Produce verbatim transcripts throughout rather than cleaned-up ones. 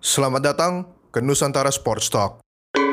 Selamat datang ke Nusantara Sports Talk.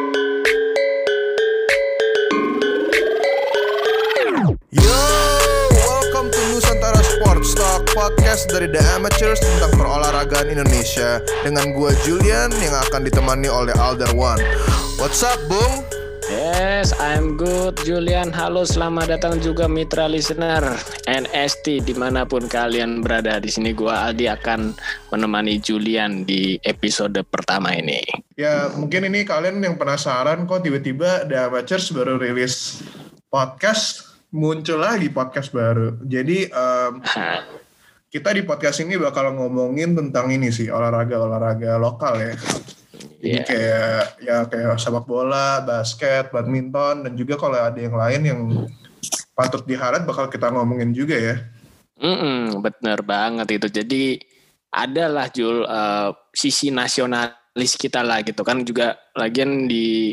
Yo, welcome to Nusantara Sports Talk, podcast dari The Amateurs tentang perolahragaan Indonesia. Dengan gua Julian yang akan ditemani oleh Alderwan. What's up, Bung? Yes, I'm good, Julian. Halo, selamat datang juga mitra listener N S T dimanapun kalian berada. Di sini gua Aldi akan menemani Julian di episode pertama ini. Ya, mungkin ini kalian yang penasaran kok tiba-tiba The Amateurs baru rilis podcast, muncul lagi podcast baru. Jadi um, kita di podcast ini bakal ngomongin tentang ini sih, olahraga-olahraga lokal ya. Jadi yeah. kayak ya kayak sepak bola, basket, badminton, dan juga kalau ada yang lain yang patut diharap bakal kita ngomongin juga ya. Mm-mm, bener banget itu. Jadi adalah Jul uh, sisi nasionalis kita lah gitu kan, juga lagian di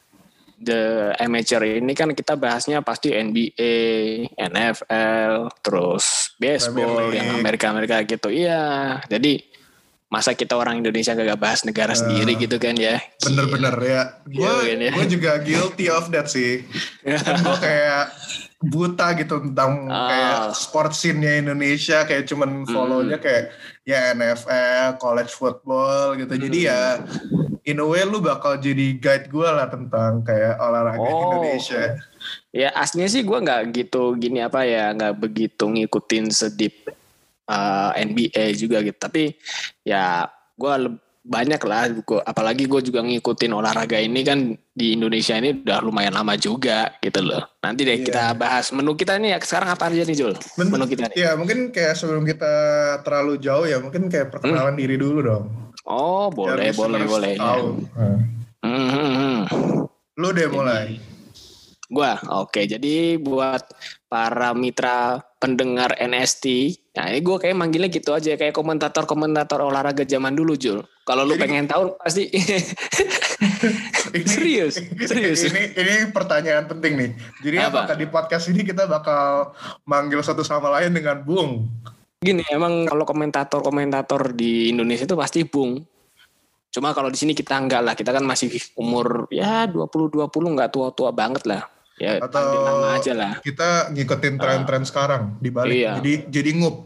The Amateur ini kan kita bahasnya pasti N B A, N F L, terus baseball yang Amerika-Amerika gitu. Iya, jadi masa kita orang Indonesia gak bahas negara uh, sendiri gitu kan ya. Bener-bener ya. Gue ya. gue juga guilty of that sih. Kan gue kayak buta gitu tentang oh. kayak sport scene-nya Indonesia. Kayak cuman follow-nya kayak ya N F L, college football gitu. Hmm. Jadi ya in a way lu bakal jadi guide gue lah tentang kayak olahraga oh. Indonesia. Ya aslinya sih gue gak gitu gini apa ya. Gak begitu ngikutin sedip Uh, N B A juga gitu, tapi ya gue le- banyak lah, gua, apalagi gue juga ngikutin olahraga ini kan di Indonesia ini udah lumayan lama juga gitu loh. Nanti deh yeah. kita bahas menu kita ini ya sekarang apa aja nih Jul? Men- menu kita nih. Ya mungkin kayak sebelum kita terlalu jauh ya mungkin kayak perkenalan hmm. diri dulu dong. Oh boleh boleh boleh. Ya. Hmm. Hmm. Lu deh mulai. Gua oke okay. Jadi buat para mitra pendengar N S T, nah ini gue kayak manggilnya gitu aja kayak komentator-komentator olahraga zaman dulu Jul. Kalau lu pengen tahu pasti ini, serius, serius. Ini ini pertanyaan penting nih. Jadi apa? apakah di podcast ini kita bakal manggil satu sama lain dengan Bung? Gini, emang kalau komentator-komentator di Indonesia itu pasti Bung. Cuma kalau di sini kita enggak lah, kita kan masih umur ya dua puluh dua puluh enggak tua-tua banget lah. Ya, atau nama aja lah. Kita ngikutin tren-tren uh, sekarang dibalik. Iya. Jadi jadi ngup.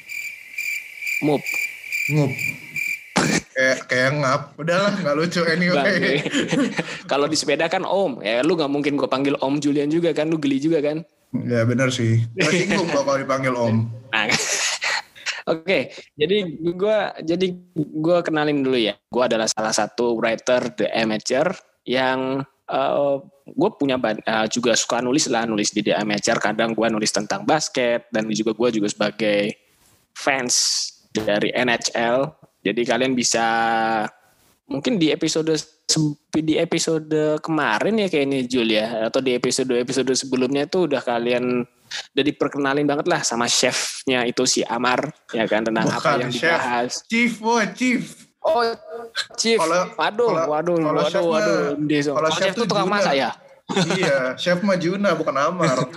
Ngup. Ngup. kayak kayak ngap. Udahlah, enggak lucu anyway. Kalau di sepeda kan Om. Ya lu enggak mungkin gue panggil Om Julian juga kan, lu geli juga kan? Ya benar sih. Tersinggung kalau dipanggil Om. Nah, Oke, okay, jadi gue jadi gue kenalin dulu ya. Gue adalah salah satu writer The Amateur yang uh, gue punya uh, juga suka nulis lah, nulis di The Amateur. Kadang gue nulis tentang basket dan juga gue juga sebagai fans dari N H L. Jadi kalian bisa mungkin di episode di episode kemarin ya kayak ini Jul ya, atau di episode episode sebelumnya itu udah kalian udah diperkenalin banget lah sama chefnya itu si Amar ya kan, tentang Bukan, apa yang chef. dibahas. Chief, oh chief. Oh chief. Kalo, waduh, kalo, waduh, kalo waduh, waduh. Kalau chef, chef itu tukang masak ya. Iya, chef mah Juna bukan Amar.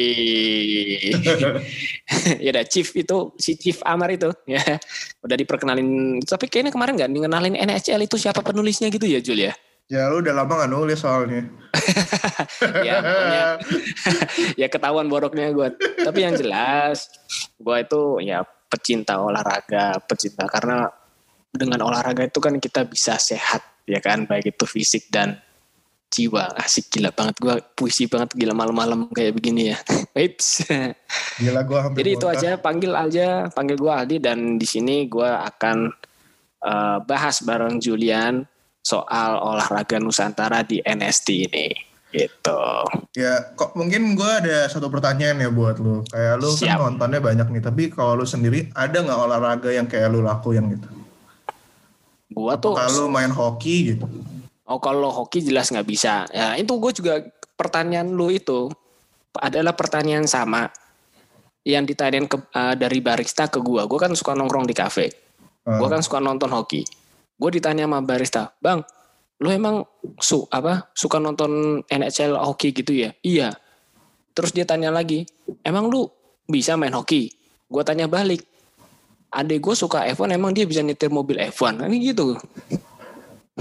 Ya udah Chief itu si Chief Amar itu ya udah diperkenalin. Tapi kayaknya kemarin nggak ngenalin N H L itu siapa penulisnya gitu ya Jul ya? Ya lu udah lama nggak nulis soalnya. Ya pokoknya ya ketahuan boroknya gue. Tapi yang jelas gue itu ya pecinta olahraga, pecinta karena dengan olahraga itu kan kita bisa sehat ya kan, baik itu fisik dan jiwa. Asik, gila banget gue, puisi banget gila malam-malam kayak begini ya. Waips. Gila gue hampir. Jadi itu aja, panggil aja, panggil gue Aldi, dan di sini gue akan uh, bahas bareng Julian soal olahraga Nusantara di N S T ini. Gitu. Ya, kok mungkin gue ada satu pertanyaan ya buat lu. Kayak lu Siap. kan nontonnya banyak nih, tapi kalau lu sendiri ada nggak olahraga yang kayak lu lakuin gitu? Gue tuh. Kalau main hoki gitu. Oh kalau hoki jelas nggak bisa. Ya itu gue juga pertanyaan lu itu adalah pertanyaan sama yang ditanyain ke, uh, dari barista ke gue. Gue kan suka nongkrong di kafe. Uh. Gue kan suka nonton hoki. Gue ditanya sama barista, bang, lu emang su apa suka nonton N H L hoki gitu ya? Iya. Terus dia tanya lagi, emang lu bisa main hoki? Gue tanya balik, adek gue suka F satu, emang dia bisa nyetir mobil F satu? Ini gitu.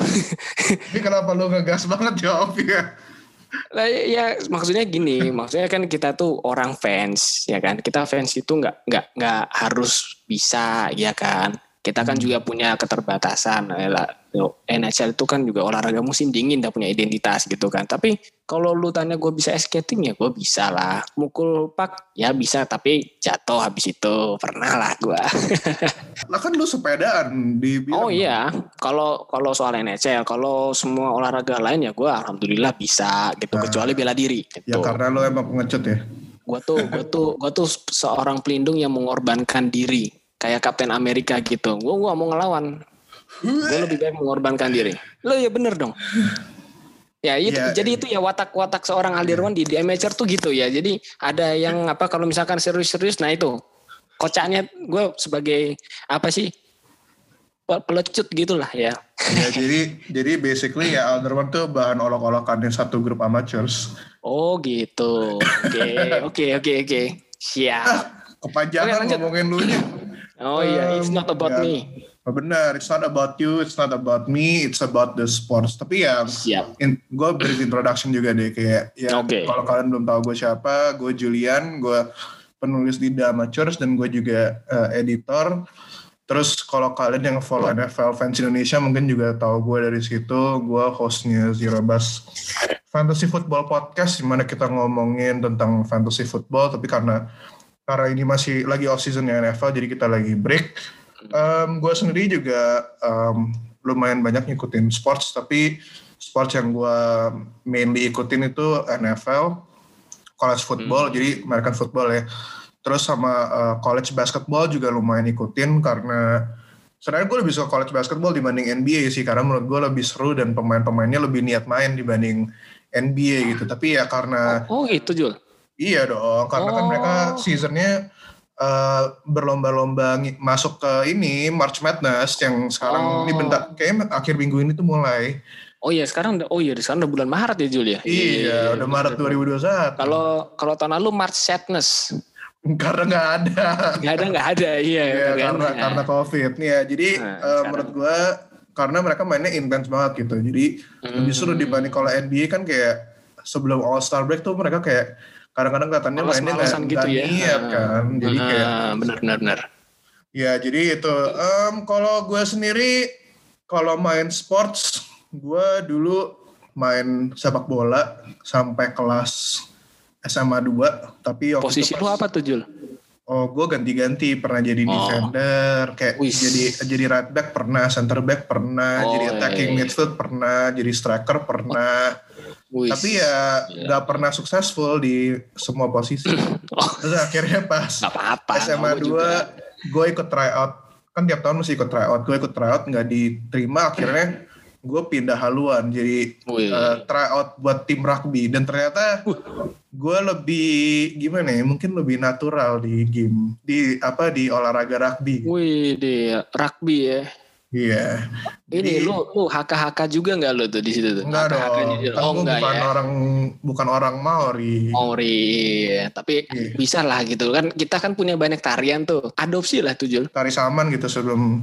Tapi kenapa lu ngegas banget jawabnya? Lah ya maksudnya gini, maksudnya kan kita tuh orang fans ya kan. Kita fans itu nggak nggak nggak harus bisa ya kan. Kita kan juga punya keterbatasan. N H L itu kan juga olahraga musim dingin, udah punya identitas gitu kan. Tapi kalau lu tanya gue bisa ice skating ya gue bisa lah. Mukul puck ya bisa, tapi jatuh habis itu pernah lah gue. Lah kan lu sepedaan di Oh iya, kalau kalau soal N H L, kalau semua olahraga lain ya gue alhamdulillah bisa gitu, nah, kecuali bela diri. Gitu. Ya karena lu emang pengecut ya. Gue tuh gue tuh gue tuh seorang pelindung yang mengorbankan diri. Kayak Kapten Amerika gitu. Gue gak mau ngelawan. Gue lebih baik mengorbankan diri. Lo ya bener dong. Ya itu, yeah, jadi yeah. itu ya watak-watak seorang Aldirwan di, di amateur tuh gitu ya. Jadi ada yang apa kalau misalkan serius-serius, nah itu kocaknya gue sebagai apa sih pelecut gitulah ya. Ya jadi jadi basically ya Aldirwan tuh bahan olok-olokannya satu grup amateurs. Oh gitu. Oke oke oke oke. Siap. Ah, kepanjangan okay, ngomongin lu nya. Oh iya, um, it's not about ya, me. Benar, it's not about you, it's not about me, it's about the sports. Tapi ya, gue beri introduction juga deh kayak ya. Okay. Kalau kalian belum tahu gue siapa, gue Julian, gue penulis di The Amateurs dan gue juga uh, editor. Terus kalau kalian yang follow N F L Fans Indonesia mungkin juga tahu gue dari situ. Gue hostnya Zero Bus Fantasy Football Podcast, di mana kita ngomongin tentang fantasy football, tapi karena Karena ini masih lagi off seasonnya N F L, jadi kita lagi break. Um, gue sendiri juga um, lumayan banyak ngikutin sports, tapi sports yang gue mainly ikutin itu N F L, college football, hmm. jadi American football ya. Terus sama uh, college basketball juga lumayan ikutin, karena sebenarnya gue lebih suka college basketball dibanding N B A sih, karena menurut gue lebih seru dan pemain-pemainnya lebih niat main dibanding N B A gitu. Tapi ya karena... Oh, oh itu Jul? Iya dong, karena oh. kan mereka seasonnya uh, berlomba-lomba ng- masuk ke ini March Madness yang sekarang oh. ini bentar, kayaknya akhir minggu ini tuh mulai. Oh iya sekarang udah, oh iya sekarang udah bulan Maret ya Jul ya? Iya, iya udah Maret dua ribu dua puluh satu. Kalau kalau tahun lalu March Sadness. Karena nggak ada. Nggak ada nggak ada iya. Iya karena ya. karena COVID nih ya. Jadi nah, uh, menurut gue karena mereka mainnya intens banget gitu. Jadi hmm. lebih seru dibanding kalau N B A kan kayak sebelum All Star break tuh mereka kayak kadang-kadang katanya mainnya nggak gitu ya. niat kan, jadi uh, kayak benar-benar. Ya jadi itu. Um, kalau gue sendiri kalau main sports, gue dulu main sepak bola sampai kelas S M A dua. Tapi posisi lu apa tuh Jul? Oh gue ganti-ganti, pernah jadi oh. defender, kayak Wiss. jadi jadi right back pernah, center back pernah, oh, jadi attacking iya. midfield pernah, jadi striker pernah. Wiss. Tapi ya nggak yeah. pernah successful di semua posisi. Oh. Terus akhirnya pas apa-apa, S M A dua gue ikut tryout, kan tiap tahun mesti ikut tryout. Gue ikut tryout nggak diterima, akhirnya gue pindah haluan jadi uh, tryout buat tim rugby dan ternyata gue lebih gimana ya, mungkin lebih natural di game di apa di olahraga rugby. Wih, di rugby ya. Iya. Ini Jadi, lu lu H K H K juga nggak lu tuh di situ tuh? Enggak dong. Kan oh, gue bukan ya? orang bukan orang Maori. Maori, tapi yeah. bisa lah gitu kan. Kita kan punya banyak tarian tuh. Adopsi lah tuh Jul. Tari saman gitu sebelum.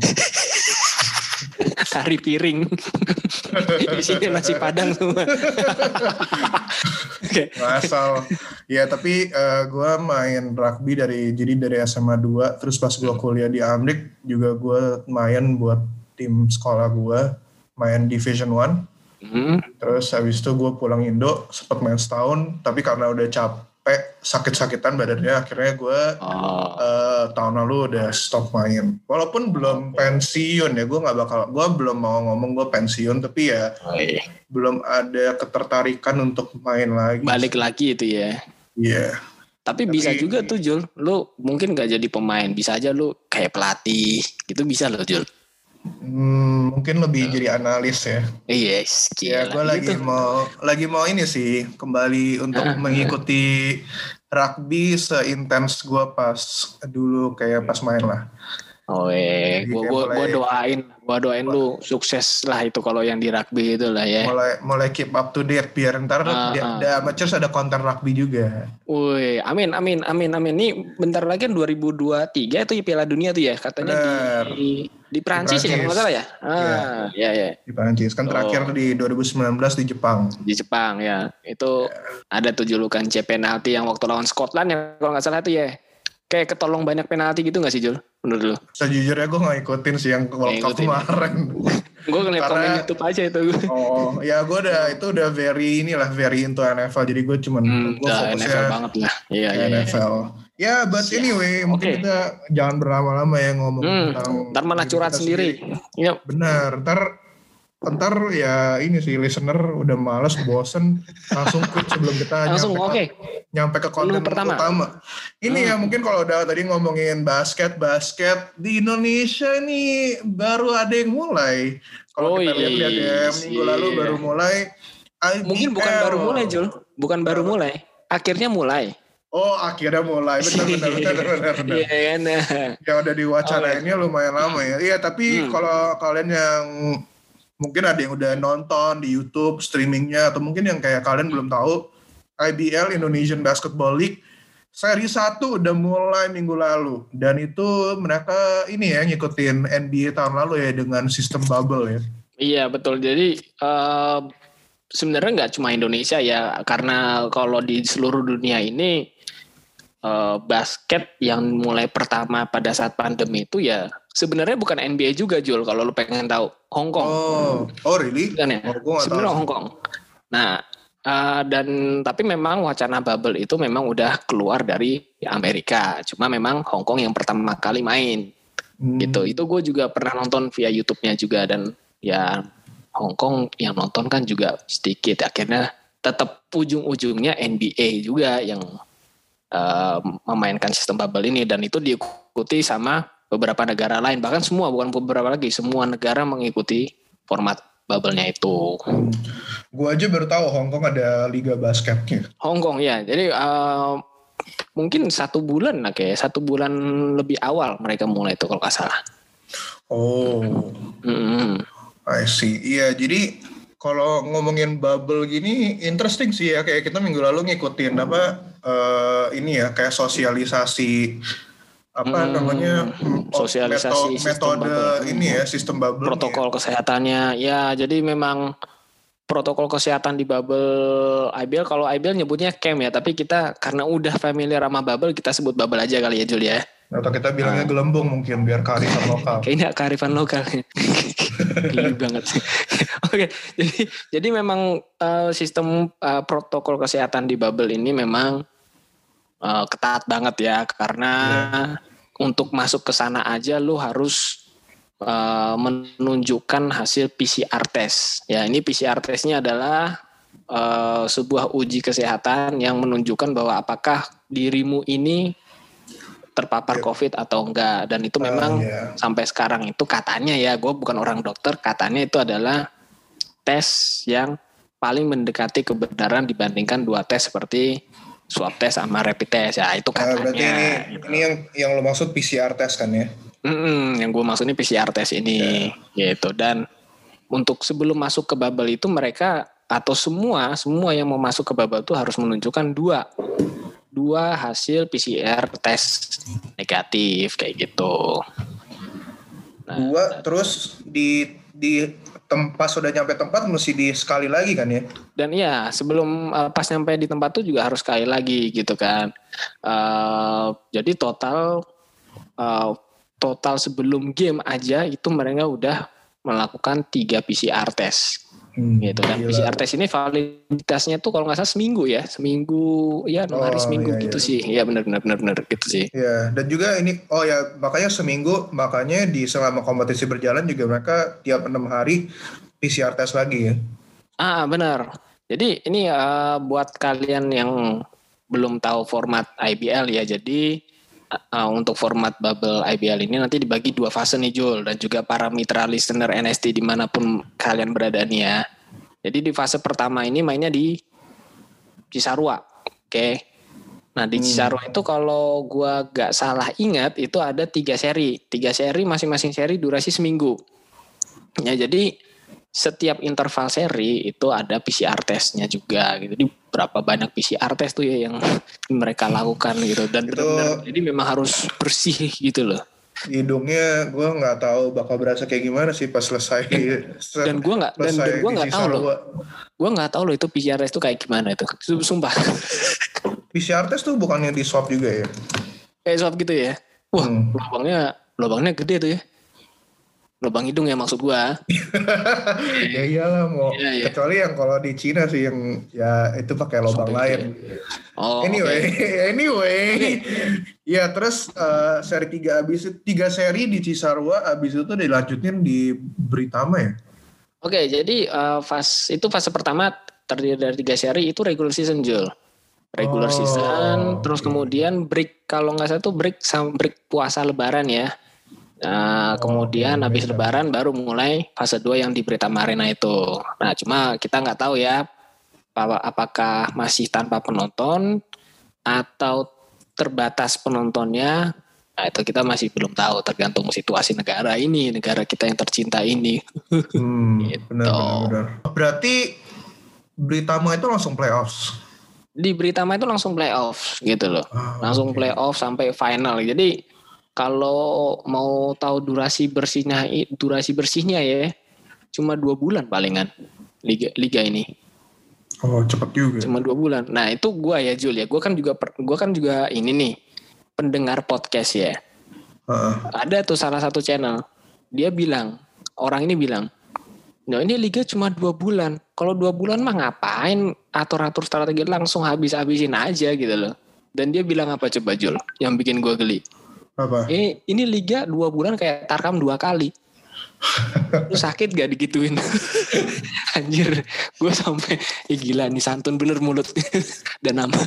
Tari piring. Isinya nasi padang semua. Oke. Okay. Asal. Ya tapi uh, gue main rugby dari jadi dari S M A dua. Terus pas gue kuliah di Amrik juga gue main buat tim sekolah gue, main Division One. Mm. Terus habis itu gue pulang Indo, sempet main setahun, tapi karena udah capek, sakit-sakitan badannya, akhirnya gue oh. uh, tahun lalu udah stop main. Walaupun belum okay. pensiun ya, gue nggak bakal, gue belum mau ngomong gue pensiun, tapi ya oh, iya. belum ada ketertarikan untuk main lagi. Balik lagi itu ya? Iya. Yeah. Tapi, tapi bisa juga tuh Jul, lu mungkin nggak jadi pemain, bisa aja lu kayak pelatih, gitu bisa loh Jul. Hmm, mungkin lebih oh. jadi analis ya. Yes, ya gue lagi gitu. mau lagi mau ini sih kembali untuk uh, mengikuti uh. rugby seintens gue pas dulu kayak pas main lah. Oh eh, gue gue doain, gue doain lu sukses lah itu kalau yang di rugby itu lah ya. Mulai mulai keep up to date biar ntar uh, di, uh. ada amateurs ada konten rugby juga. Woi, amin amin amin amin. Nih bentar lagi kan dua ribu dua puluh tiga itu Piala Dunia tuh ya katanya. Bener. di Di Prancis ya kalau nggak salah ya. Ah, ya ya. Di Prancis kan Oh. terakhir di dua ribu sembilan belas di Jepang. Di Jepang ya. Itu yeah. Ada tuh julukan C penalti yang waktu lawan Scotland ya kalau nggak salah tuh ya. Kayak ketolong banyak penalti gitu nggak sih Jul? Menurut lu? Sejujurnya gue nggak ikutin sih yang World Cup kemarin. Gue ngeliat Karena, komen YouTube aja itu. Oh ya gue udah itu udah very inilah very into N F L jadi gue cuman hmm, gue fokusnya N F L banget lah. Iya iya. N F L. Ya but yeah. anyway okay. Mungkin kita jangan berlama-lama ya ngomong hmm, tentang. Ntar malah curhat sendiri. sendiri. Yep. Benar. Ntar ntar ya ini sih listener udah males bosen langsung quit sebelum kita langsung, nyampe okay. ke, nyampe ke konten pertama. utama. Ini hmm. ya mungkin kalau udah tadi ngomongin basket basket di Indonesia ini baru ada yang mulai. Kalau oh, kita lihat-lihat ya minggu iya. lalu baru mulai. I B L. Mungkin bukan baru mulai Jul, bukan baru Apa? mulai, akhirnya mulai. Oh akhirnya mulai benar-benar benar-benar. Iya kan. Yang udah diwacanainnya oh, lumayan lama ya. Iya tapi hmm. kalau kalian yang mungkin ada yang udah nonton di YouTube streamingnya atau mungkin yang kayak kalian belum tahu I B L Indonesian Basketball League seri satu udah mulai minggu lalu dan itu mereka ini ya ngikutin N B A tahun lalu ya dengan sistem bubble ya. Iya betul. Jadi uh, sebenarnya nggak cuma Indonesia ya karena kalau di seluruh dunia ini uh, basket yang mulai pertama pada saat pandemi itu ya sebenarnya bukan N B A juga Jul kalau lu pengen tahu Hong Kong. Oh, oh really? Kan ya? Oh, sebenarnya Hong Kong. Nah, uh, dan tapi memang wacana bubble itu memang udah keluar dari Amerika. Cuma memang Hong Kong yang pertama kali main. Hmm. Gitu. Itu gue juga pernah nonton via YouTube-nya juga dan ya Hong Kong yang nonton kan juga sedikit. Akhirnya tetap ujung-ujungnya N B A juga yang uh, memainkan sistem bubble ini dan itu diikuti sama beberapa negara lain, bahkan semua, bukan beberapa lagi, semua negara mengikuti format bubble-nya itu. Hmm. Gue aja baru tahu Hong Kong ada liga basketnya. Hong Kong ya, jadi uh, mungkin satu bulan lah kayak satu bulan lebih awal mereka mulai itu kalau nggak salah. Oh, mm-hmm. I see. Iya, jadi kalau ngomongin bubble gini interesting sih ya, kayak kita minggu lalu ngikutin apa uh, ini ya kayak sosialisasi. apa hmm, namanya sosialisasi metode, metode ini ya sistem bubble protokol ya. Kesehatannya ya jadi memang protokol kesehatan di bubble I B L kalau I B L nyebutnya camp ya tapi kita karena udah familiar sama bubble kita sebut bubble aja kali ya Jul ya atau kita bilangnya nah. gelembung mungkin biar kearifan lokal kayaknya kearifan lokal gila banget sih oke jadi jadi memang uh, sistem uh, protokol kesehatan di bubble ini memang uh, ketat banget ya karena yeah. Untuk masuk ke sana aja lu harus uh, menunjukkan hasil P C R test. Ya, ini P C R testnya adalah uh, sebuah uji kesehatan yang menunjukkan bahwa apakah dirimu ini terpapar yeah. COVID atau enggak. Dan itu memang uh, yeah. sampai sekarang itu katanya ya, gue bukan orang dokter, katanya itu adalah tes yang paling mendekati kebenaran dibandingkan dua tes seperti swab test sama rapid test ya itu katanya. Uh, berarti ini gitu. Ini yang yang lo maksud P C R test kan ya? Mm-mm, yang gue maksud ini P C R test ini yeah. gitu dan untuk sebelum masuk ke bubble itu mereka atau semua semua yang mau masuk ke bubble itu harus menunjukkan dua dua hasil P C R test negatif kayak gitu. Nah, dua terus di di tempat sudah nyampe tempat mesti di sekali lagi kan ya? Dan iya sebelum uh, pas nyampe di tempat tuh juga harus sekali lagi gitu kan. Uh, jadi total uh, total sebelum game aja itu mereka udah melakukan tiga P C R test. Hmm, gitu dan gila. P C R test ini validitasnya tuh kalau nggak salah seminggu ya seminggu ya enam hari oh, seminggu iya, gitu iya. sih ya benar benar benar benar gitu sih ya dan juga ini oh ya makanya seminggu makanya di selama kompetisi berjalan juga mereka tiap enam hari P C R test lagi ya ah benar jadi ini uh, buat kalian yang belum tahu format I B L ya jadi Uh, untuk format bubble I B L ini nanti dibagi dua fase nih Jul dan juga para mitra listener N S T dimanapun kalian berada nih ya. Jadi di fase pertama ini mainnya di Cisarua, oke. Okay. Nah di Cisarua hmm. itu kalau gua gak salah ingat itu ada tiga seri, tiga seri masing-masing seri durasi seminggu. Ya jadi setiap interval seri itu ada P C R testnya juga gitu. Jadi berapa banyak P C R test tuh ya yang mereka lakukan gitu dan benar-benar jadi memang harus bersih gitu loh. hidungnya gue nggak tahu bakal berasa kayak gimana sih pas selesai. Dan gue nggak dan, dan gue nggak tahu loh. Gue nggak tahu loh itu P C R test itu kayak gimana itu. Sumpah. P C R test tuh bukannya di swab juga ya? Kayak swab gitu ya. Wah, hmm. lubangnya lubangnya gede tuh ya. Lubang hidung ya maksud gua. Ya iyalah mau ya, ya. Kecuali yang kalau di Cina sih yang ya itu pakai lubang so, lain. Ya. Oh, anyway, okay. anyway. Okay. Ya terus uh, seri tiga abis itu tiga seri di Cisarua abis itu dilanjutin di Britama ya. Oke, okay, jadi uh, fase itu fase pertama terdiri dari tiga seri itu regular season Jul. Regular oh, season, terus okay. kemudian break kalau nggak salah tuh break sama break puasa Lebaran ya. Nah, oh, kemudian okay, habis okay. Lebaran baru mulai fase dua yang di Britama Arena itu. Nah, cuma kita nggak tahu ya apakah masih tanpa penonton atau terbatas penontonnya. Nah, itu kita masih belum tahu, tergantung situasi negara ini, negara kita yang tercinta ini. Hmm, gitu. benar, benar, benar. Berarti Britama itu langsung playoffs? Di Britama itu langsung playoff gitu loh. Oh, langsung okay. playoff sampai final. Jadi kalau mau tahu durasi bersihnya, durasi bersihnya ya, cuma dua bulan palingan liga liga ini. Oh cepet juga. Cuma dua bulan. Nah itu gue ya Jul ya, gue kan juga gue kan juga ini nih pendengar podcast ya. Uh-uh. Ada tuh salah satu channel, dia bilang orang ini bilang, nah ini liga cuma dua bulan. Kalau dua bulan mah ngapain atur-atur strategi langsung habis-habisin aja gitu loh. Dan dia bilang apa coba Jul, yang bikin gue geli. Apa? Ini, ini liga dua bulan kayak Tarkam dua kali. Lu sakit gak digituin? Anjir, gue sampai eh gila nih santun bener mulut dan nama.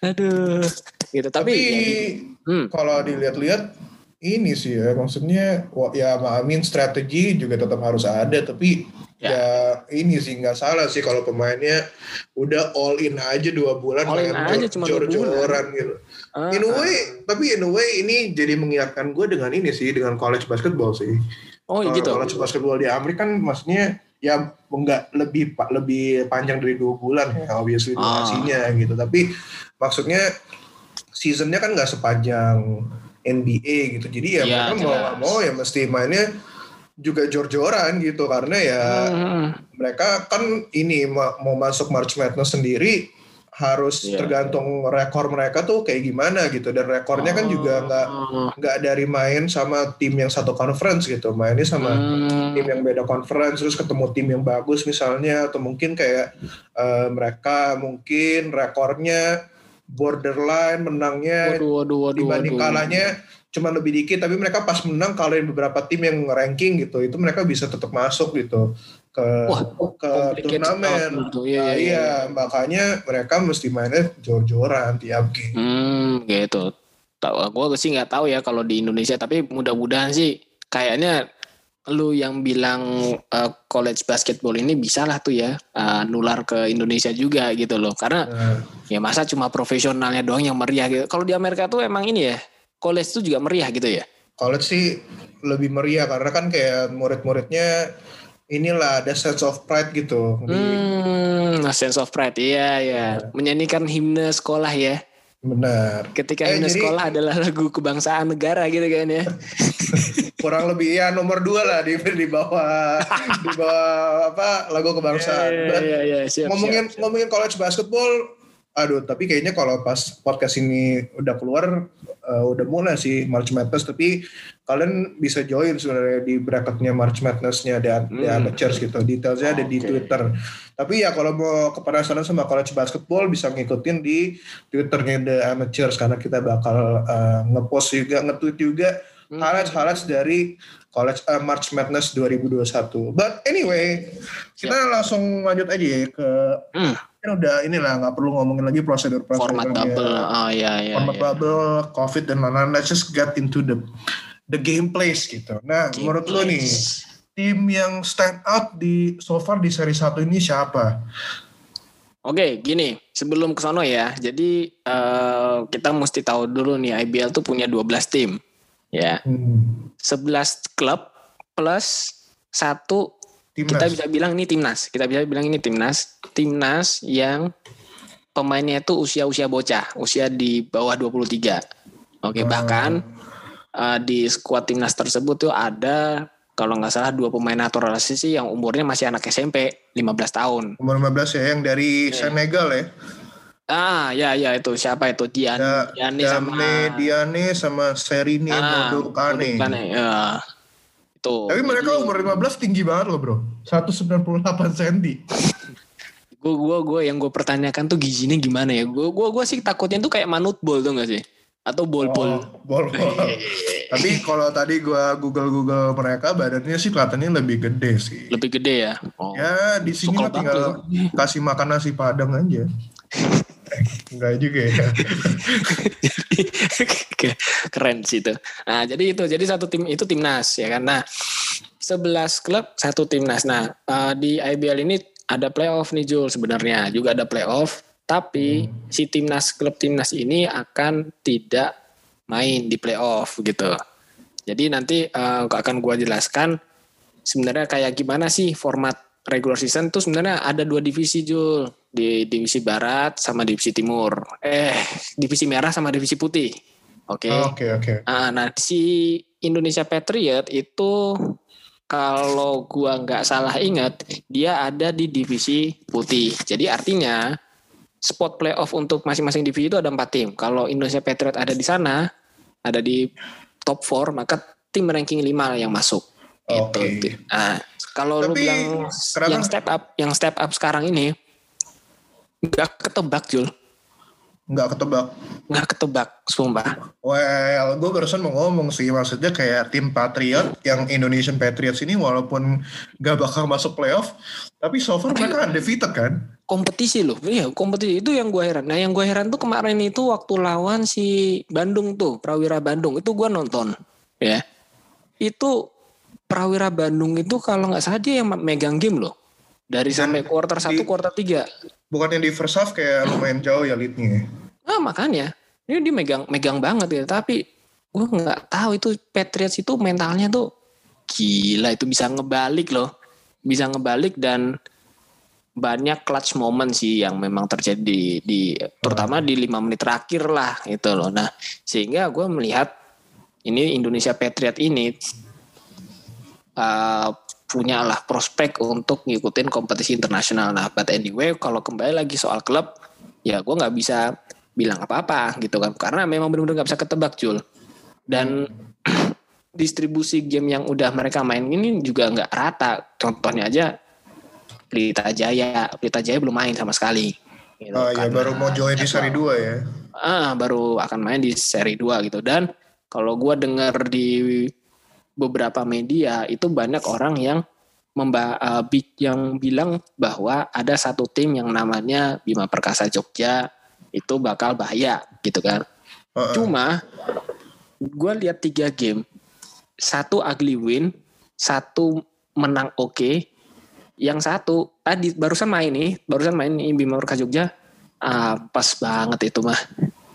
Aduh, gitu. Tapi, Tapi ya, hmm. kalau dilihat-lihat ini sih ya, maksudnya ya Amin strategi juga tetap harus ada, tapi ya, ya ini sih nggak salah sih kalau pemainnya udah all in aja dua bulan all in aja cuma dua bulan gitu. Uh, in a way, uh. tapi in a way ini jadi mengingatkan gue dengan ini sih, dengan college basketball sih. Oh uh, gitu. College basketball di Amerika kan maksudnya ya nggak lebih lebih panjang dari dua bulan ya, obviously durasinya uh. gitu. Tapi maksudnya seasonnya kan nggak sepanjang N B A gitu. Jadi ya, ya mereka mau nggak mau ya mesti mainnya juga jor-joran gitu karena ya hmm. mereka kan ini mau masuk March Madness sendiri harus yeah. tergantung rekor mereka tuh kayak gimana gitu, dan rekornya kan juga nggak oh. nggak dari main sama tim yang satu conference gitu, mainnya sama hmm. tim yang beda conference terus ketemu tim yang bagus misalnya, atau mungkin kayak uh, mereka mungkin rekornya borderline menangnya waduh, waduh, waduh, dibanding waduh. kalahnya cuma lebih dikit, tapi mereka pas menang kalahin beberapa tim yang ranking gitu, itu mereka bisa tetap masuk gitu ke Wah, ke turnamen. Iya, nah, iya, iya, makanya mereka mesti mainnya jor-joran tiap game. Hmm, gitu. Tahu, gue sih nggak tahu ya kalau di Indonesia, tapi mudah-mudahan sih kayaknya lu yang bilang uh, college basketball ini bisa lah tuh ya uh, nular ke Indonesia juga gitu loh, karena nah. ya masa cuma profesionalnya doang yang meriah gitu. Kalau di Amerika tuh emang ini ya, college tuh juga meriah gitu ya? College sih lebih meriah karena kan kayak murid-muridnya inilah ada sense of pride gitu. Hmm, sense of pride, iya ya. Menyanyikan himne sekolah ya. Benar. Ketika eh, himne jadi, sekolah adalah lagu kebangsaan negara gitu kan ya. Kurang lebih ya nomor dua lah di di bawah di bawah apa lagu kebangsaan. Yeah, yeah, yeah, siap, ngomongin siap, siap. ngomongin college basketball. Aduh, tapi kayaknya kalau pas podcast ini udah keluar, uh, udah mulai sih March Madness, tapi kalian bisa join sebenarnya di bracketnya March Madness-nya di, hmm. di Amateurs gitu. Detailnya ada okay. di Twitter. Tapi ya kalau mau kepenasaran sama college basketball bisa ngikutin di Twitternya The Amateurs, karena kita bakal uh, ngepost juga, nge-tweet juga hmm. highlights-highlights dari college uh, March Madness dua ribu dua puluh satu. But anyway, kita Siap. langsung lanjut aja ya ke hmm. kan udah inilah nggak perlu ngomongin lagi prosedur-prosedur format bubble, oh ya ya. Format ya. bubble, COVID dan lain-lain. Let's just get into the the gameplays gitu. Nah, game menurut lo nih, tim yang stand out di so far di seri satu ini siapa? Oke, gini, sebelum ke sono ya. Jadi uh, kita mesti tahu dulu nih I B L tuh punya dua belas tim. Ya. Hmm. sebelas klub plus satu timnas. Kita bisa bilang ini timnas. Kita bisa bilang ini timnas. Timnas yang pemainnya itu usia-usia bocah, usia di bawah dua puluh tiga. Oke, hmm. bahkan uh, di skuad timnas tersebut tuh ada kalau nggak salah dua pemain naturalisasi yang umurnya masih anak S M P lima belas tahun. Umur lima belas ya, yang dari yeah. Senegal ya. Ah, ya ya itu siapa itu Dian da, Diane Dame, sama Diane sama Serine ah, Modokane. Ya. Itu. Tapi mereka umur lima belas tinggi banget loh, Bro. seratus sembilan puluh delapan sentimeter. gue gue gue yang gue pertanyakan tuh gizinya gimana ya? Gue gue gue sih takutnya tuh kayak manut bol tuh nggak sih? Atau bol-bol. Oh, bol-bol. Tapi kalau tadi gue google-google mereka badannya sih kelihatannya lebih gede sih. Lebih gede ya? Oh. Ya di sini mah tinggal tuh. Kasih makan nasi padang aja. Enggak juga ya. Keren sih itu. Nah jadi itu, jadi satu tim itu timnas ya kan. Nah sebelas klub satu timnas. Nah uh, di I B L ini ada playoff nih Jul sebenarnya. Juga ada playoff. Tapi hmm. si timnas klub timnas ini akan tidak main di playoff gitu. Jadi nanti uh, akan gue jelaskan sebenarnya kayak gimana sih format regular season tuh sebenarnya ada dua divisi Jul. Di divisi barat sama divisi timur. Eh, divisi merah sama divisi putih. Oke. Okay? Oke, okay, oke. Okay. Nah, nah, si Indonesia Patriot itu kalau gua nggak salah ingat, dia ada di divisi putih. Jadi artinya spot playoff untuk masing-masing divisi itu ada empat tim. Kalau Indonesia Patriot ada di sana, ada di top empat, maka tim ranking lima yang masuk. Oke. Gitu. Nah, kalau lu bilang kenapa? yang step up, yang step up sekarang ini nggak ketebak Jul. Nggak ketebak. Nggak ketebak, sumpah. Well, gue barusan mau ngomong sih, maksudnya kayak tim Patriot, yang Indonesian Patriots ini walaupun nggak bakal masuk playoff, tapi so far mereka undefeated kan? Kompetisi loh, iya kompetisi itu yang gue heran. Nah yang gue heran tuh kemarin itu waktu lawan si Bandung tuh, Prawira Bandung, itu gue nonton, ya. Itu Prawira Bandung itu kalau nggak salah dia yang megang game loh. Dari Dan sampai quarter satu, quarter tiga. Bukannya di first half kayak lumayan jauh ya leadnya. Nah makanya, ini dia megang megang banget ya. Tapi gue nggak tahu itu Patriots itu mentalnya tuh gila, itu bisa ngebalik loh, bisa ngebalik dan banyak clutch moment sih yang memang terjadi di, di terutama di lima menit terakhir lah itu loh. Nah sehingga gue melihat ini Indonesia Patriot ini uh, punya lah prospek untuk ngikutin kompetisi internasional. Nah, but anyway, kalau kembali lagi soal klub, ya gue nggak bisa bilang apa-apa gitu kan, karena memang benar-benar nggak bisa ketebak Jul. Dan hmm. distribusi game yang udah mereka main ini juga nggak rata. Contohnya aja Pelita Jaya, Pelita Jaya belum main sama sekali. Gitu, oh iya, baru mau join di seri dua ya? Ah, baru akan main di seri dua gitu. Dan kalau gue dengar di beberapa media itu banyak orang yang memba, uh, yang bilang bahwa ada satu tim yang namanya Bima Perkasa Jogja itu bakal bahaya gitu kan. Uh-uh. Cuma gue lihat tiga game, satu ugly win, satu menang oke, okay. Yang satu tadi barusan main nih, barusan main nih Bima Perkasa Jogja, ah, pas banget itu mah.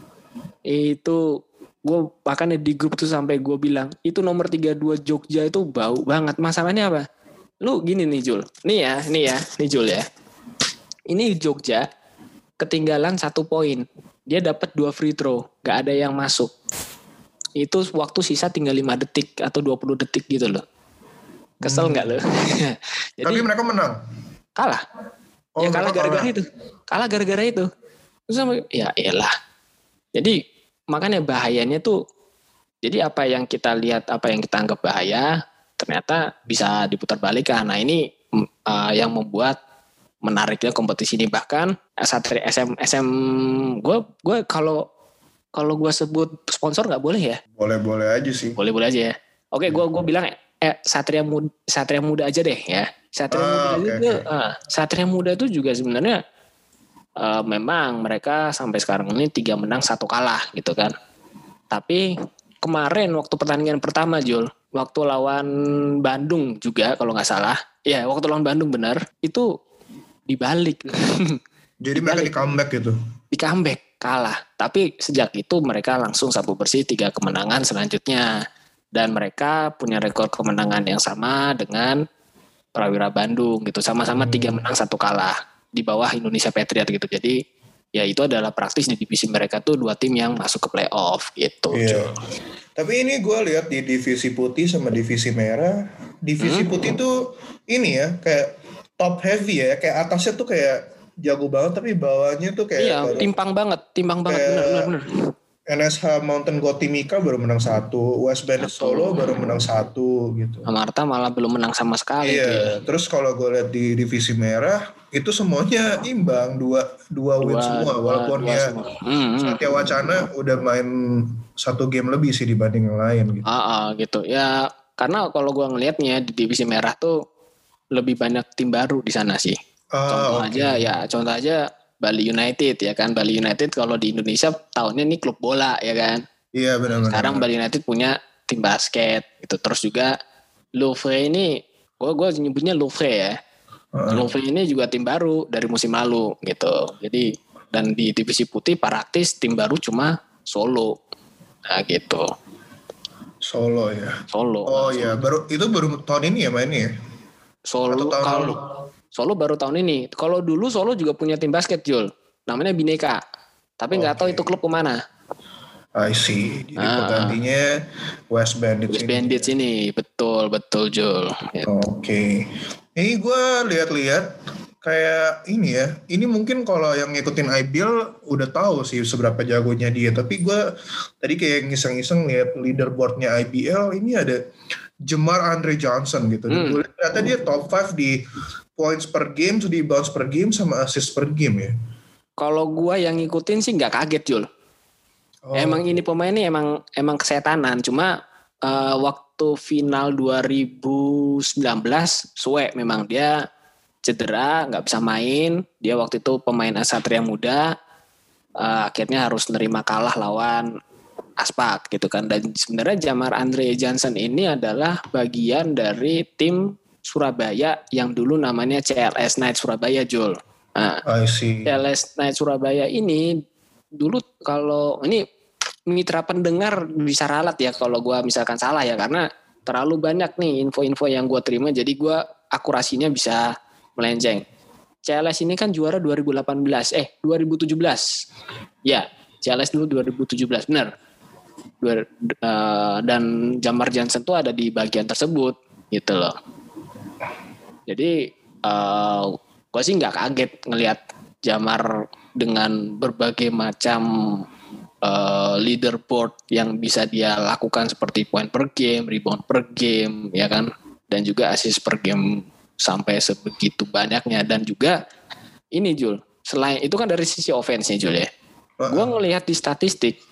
Itu gue bahkan di grup tuh sampai gue bilang itu nomor tiga puluh dua Jogja itu bau banget. Masalahnya apa? Lu gini nih Jul, nih ya, nih ya, nih Jul ya. Ini Jogja ketinggalan satu poin, dia dapat dua free throw, gak ada yang masuk. Itu waktu sisa tinggal lima detik atau dua puluh detik gitu loh. Kesel nggak hmm. lo? Jadi, tapi mereka menang. Kalah. Oh, ya kalah gara-gara kalah. itu. Kalah gara-gara itu. Terus sama, ya elah. Jadi makanya bahayanya tuh, jadi apa yang kita lihat, apa yang kita anggap bahaya, ternyata bisa diputar balikan. Nah ini uh, yang membuat menariknya kompetisi ini. Bahkan Satria S M S M gue gue kalau kalau gue sebut sponsor nggak boleh ya? Boleh boleh aja sih. Boleh boleh aja ya. Oke, gue gue bilang eh Satria Muda, Satria Muda aja deh ya. Satria ah, Muda okay, itu, okay. Uh, Satria Muda itu juga sebenarnya Uh, memang mereka sampai sekarang ini tiga menang satu kalah gitu kan. Tapi kemarin waktu pertandingan pertama Jul, waktu lawan Bandung juga kalau nggak salah, ya waktu lawan Bandung benar itu dibalik. Jadi dibalik. Mereka di comeback gitu. Di comeback kalah. Tapi sejak itu mereka langsung sapu bersih tiga kemenangan selanjutnya dan mereka punya rekor kemenangan yang sama dengan Prawira Bandung gitu, sama-sama tiga menang satu kalah di bawah Indonesia Patriot gitu. Jadi ya itu adalah praktis di divisi mereka tuh dua tim yang masuk ke playoff gitu. Iya. Tapi ini gue lihat di divisi putih sama divisi merah, divisi hmm? putih tuh ini ya kayak top heavy ya, kayak atasnya tuh kayak jago banget tapi bawahnya tuh kayak iya baru, timpang banget, timpang banget benar-benar. N S H Mountain Gotimika baru menang satu, West Bandit Solo baru menang satu gitu. Amarta malah belum menang sama sekali. Iya. Ya. Terus kalau gue lihat di divisi merah itu semuanya imbang, dua dua, dua win semua, dua, walaupun dua ya hmm, Satya Wacana udah main satu game lebih sih dibanding yang lain gitu. Ah, ah, gitu ya. Karena kalau gue ngelihatnya di divisi merah tuh lebih banyak tim baru di sana sih. Ah, contoh okay. aja ya, contoh aja. Bali United ya kan, Bali United kalau di Indonesia tahunnya ini klub bola ya kan. Iya benar-benar. Sekarang Bali United punya tim basket gitu. Terus juga Louvre ini, gue gue nyebutnya Louvre ya. Uh-huh. Louvre ini juga tim baru dari musim lalu gitu. Jadi dan di divisi putih praktis tim baru cuma Solo, nah gitu. Solo ya. Solo. Oh iya, baru itu baru tahun ini ya mainnya ya. Solo kalau Solo baru tahun ini. Kalau dulu Solo juga punya tim basket, Jul. Namanya Bineka. Tapi nggak okay. tahu itu klub kemana. I see. Jadi ah, penggantinya West Bandits West Bandits ini. Betul, betul, Jul. Oke. Okay. Ini gue lihat-lihat kayak ini ya. Ini mungkin kalau yang ngikutin I B L udah tahu sih seberapa jagonya dia. Tapi gue tadi kayak ngiseng-ngiseng lihat leaderboardnya I B L. Ini ada Jamar Andre Johnson gitu. Hmm. Gue lihat ternyata dia top lima di points per game, rebounds per game, sama assist per game ya. Kalau gue yang ngikutin sih nggak kaget Jul. Oh. Emang ini pemain ini emang emang kesetanan. Cuma uh, waktu final dua ribu sembilan belas suwe memang dia cedera, nggak bisa main. Dia waktu itu pemain Satria Muda. Uh, akhirnya harus nerima kalah lawan Aspak gitu kan. Dan sebenarnya Jamar Andre Johnson ini adalah bagian dari tim Surabaya yang dulu namanya C L S Knight Surabaya, Jul. Nah, I see. C L S Knight Surabaya ini dulu kalau ini mitra pendengar bisa ralat ya kalau gue misalkan salah ya, karena terlalu banyak nih info-info yang gue terima jadi gue akurasinya bisa melenceng. C L S ini kan juara dua ribu delapan belas, eh dua ribu tujuh belas. Ya, C L S dulu dua ribu tujuh belas, benar. Dua, uh, dan Jamar Johnson tuh ada di bagian tersebut gitu loh. Jadi uh, gue sih nggak kaget ngelihat Jamar dengan berbagai macam uh, leaderboard yang bisa dia lakukan seperti point per game, rebound per game, ya kan, dan juga assist per game sampai sebegitu banyaknya. Dan juga ini Jul, selain itu kan dari sisi offense-nya Jul ya, gue ngelihat di statistik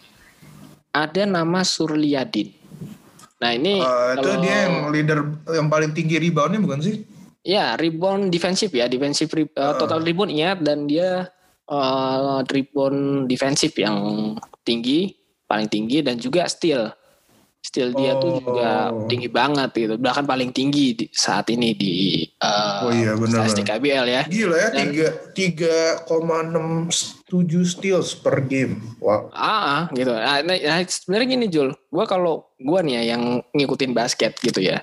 ada nama Surliadin. Nah ini uh, kalau, itu dia yang leader yang paling tinggi reboundnya bukan sih? Ya, rebound defensif ya, defensif uh, total rebound ingat, dan dia uh, rebound defensif yang tinggi, paling tinggi, dan juga steal. Steal dia oh. tuh juga tinggi banget gitu, bahkan paling tinggi di, saat ini di uh, oh iya, benar, statistik I B L ya. Gila ya, tiga koma enam tujuh steals per game. Wow. Ah, gitu. Nah, nah sebenarnya gini Jul, gue kalau gue nih ya yang ngikutin basket gitu ya,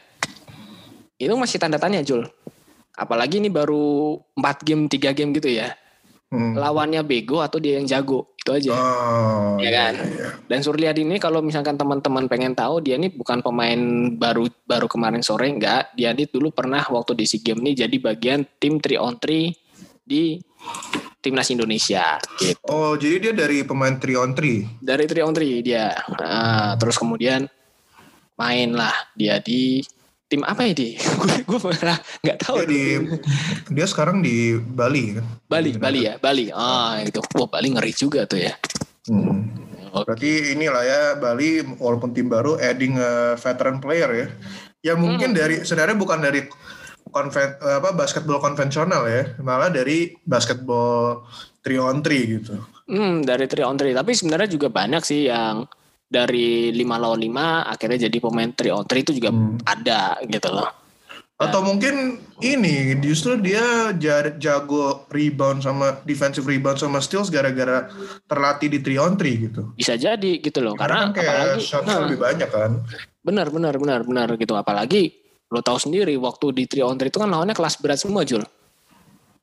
itu masih tanda tanya Jul. Apalagi ini baru empat game, tiga game gitu ya. Hmm. Lawannya bego atau dia yang jago. Itu aja. Oh, ya kan? Iya, iya. Dan Surliadi ini kalau misalkan teman-teman pengen tahu, dia ini bukan pemain baru baru kemarin sore, enggak. Dia ini dulu pernah waktu di SEA Games ini jadi bagian tim three on three di Timnas Indonesia gitu. Oh, jadi dia dari pemain three on three. Dari three on three dia. Nah, terus kemudian main lah dia di tim apa ya di? Gue malah nggak tahu. Dia, di, dia sekarang di Bali kan? Bali, di Bali ya, Bali. Ah itu, wah Bali ngeri juga tuh ya. Hmm. Okay. Berarti inilah ya Bali walaupun tim baru adding a veteran player ya. Ya mungkin hmm. dari sebenarnya bukan dari konven, apa basketball konvensional ya, malah dari basketball three on three gitu. Hmm, dari three on three. Tapi sebenarnya juga banyak sih yang dari lima lawan lima akhirnya jadi pemain three on three itu juga hmm. ada gitu loh. Atau Dan, mungkin ini justru dia jago rebound sama defensive rebound sama steals gara-gara terlatih di three on three gitu. Bisa jadi gitu loh. Karena, Karena kan kayak apalagi shotnya nah, lebih banyak kan. Benar benar benar benar gitu. Apalagi lo tahu sendiri waktu di three on three itu kan lawannya kelas berat semua Jul.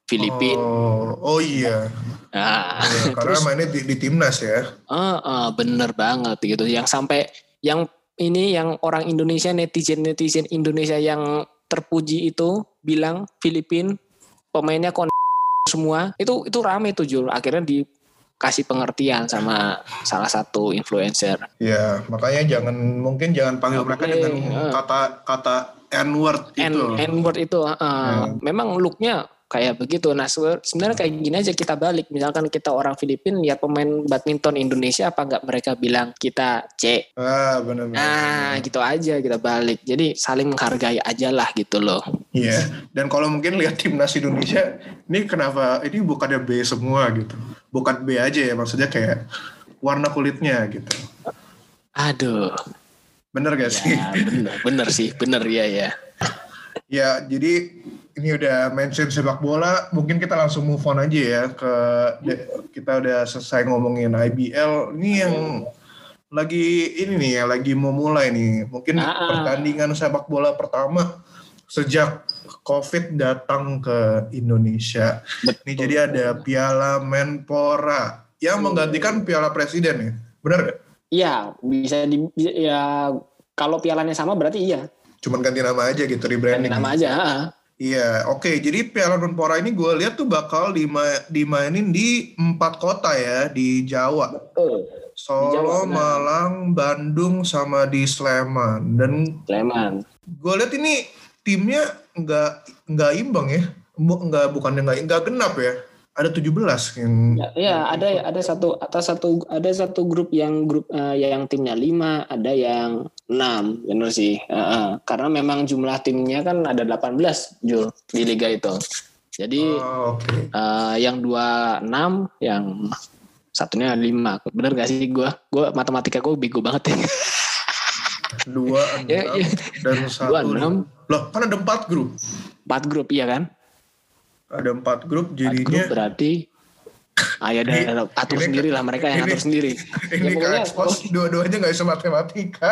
Filipina. Oh, oh iya. Nah, Ya, karena terus mainnya di, di timnas ya. uh, uh, bener banget gitu. Yang sampai yang ini yang orang Indonesia netizen netizen Indonesia yang terpuji itu bilang Filipina pemainnya kon semua itu itu rame tuh Jul. Akhirnya dikasih pengertian sama salah satu influencer. Ya, makanya jangan mungkin jangan panggil Gak mereka boleh, dengan uh, kata kata N-word N itu. N word itu uh, Ya. memang looknya kayak begitu. Nah sebenarnya kayak gini aja kita balik. Misalkan kita orang Filipina lihat pemain badminton Indonesia, apa nggak mereka bilang kita C? Ah, benar-benar. Nah gitu aja kita balik. Jadi saling menghargai aja lah gitu loh. Iya. Dan kalau mungkin lihat timnas Indonesia, ini kenapa ini bukannya B semua gitu? Bukan B aja ya, maksudnya kayak warna kulitnya gitu. Aduh. Bener gak ya, sih? Bener, bener sih, bener ya ya. Ya, jadi ini udah mention sepak bola, mungkin kita langsung move on aja ya ke kita udah selesai ngomongin I B L. Ini yang lagi ini nih ya, lagi mau mulai nih. Mungkin Ah, pertandingan sepak bola pertama sejak COVID datang ke Indonesia. betul. Ini jadi ada Piala Menpora yang menggantikan Piala Presiden ya. Benar gak? Iya, bisa di ya kalau pialanya sama berarti iya. Cuman ganti nama aja gitu, rebranding. Ganti nama aja. Iya, oke. Okay. Jadi Piala Menpora ini gue lihat tuh bakal dima- dimainin di empat kota ya di Jawa. Betul. Solo, Di Jawa, nah. Malang, Bandung, sama di Sleman. Dan Sleman. gue lihat ini timnya nggak nggak imbang ya, nggak bukannya nggak nggak genap ya. Ada tujuh belas yang ya, ya ada ada satu atas satu ada satu grup yang grup uh, yang timnya lima, ada yang enam, benar sih. Uh, uh. Karena memang jumlah timnya kan ada delapan belas Jul di liga itu. Jadi oh, okay. uh, yang dua enam, yang satunya lima. Bener gak sih gue? Gue matematika gue bego banget ya. Dua enam ya, ya. Dan satu. Dua enam. Loh, kan ada empat grup. Empat grup iya kan? Ada empat grup jadinya. Empat grup berarti ah ya udah atur ini, sendiri lah mereka yang ini, atur sendiri. Ini ya, pokoknya ekspos dua-duanya nggak bisa matematika.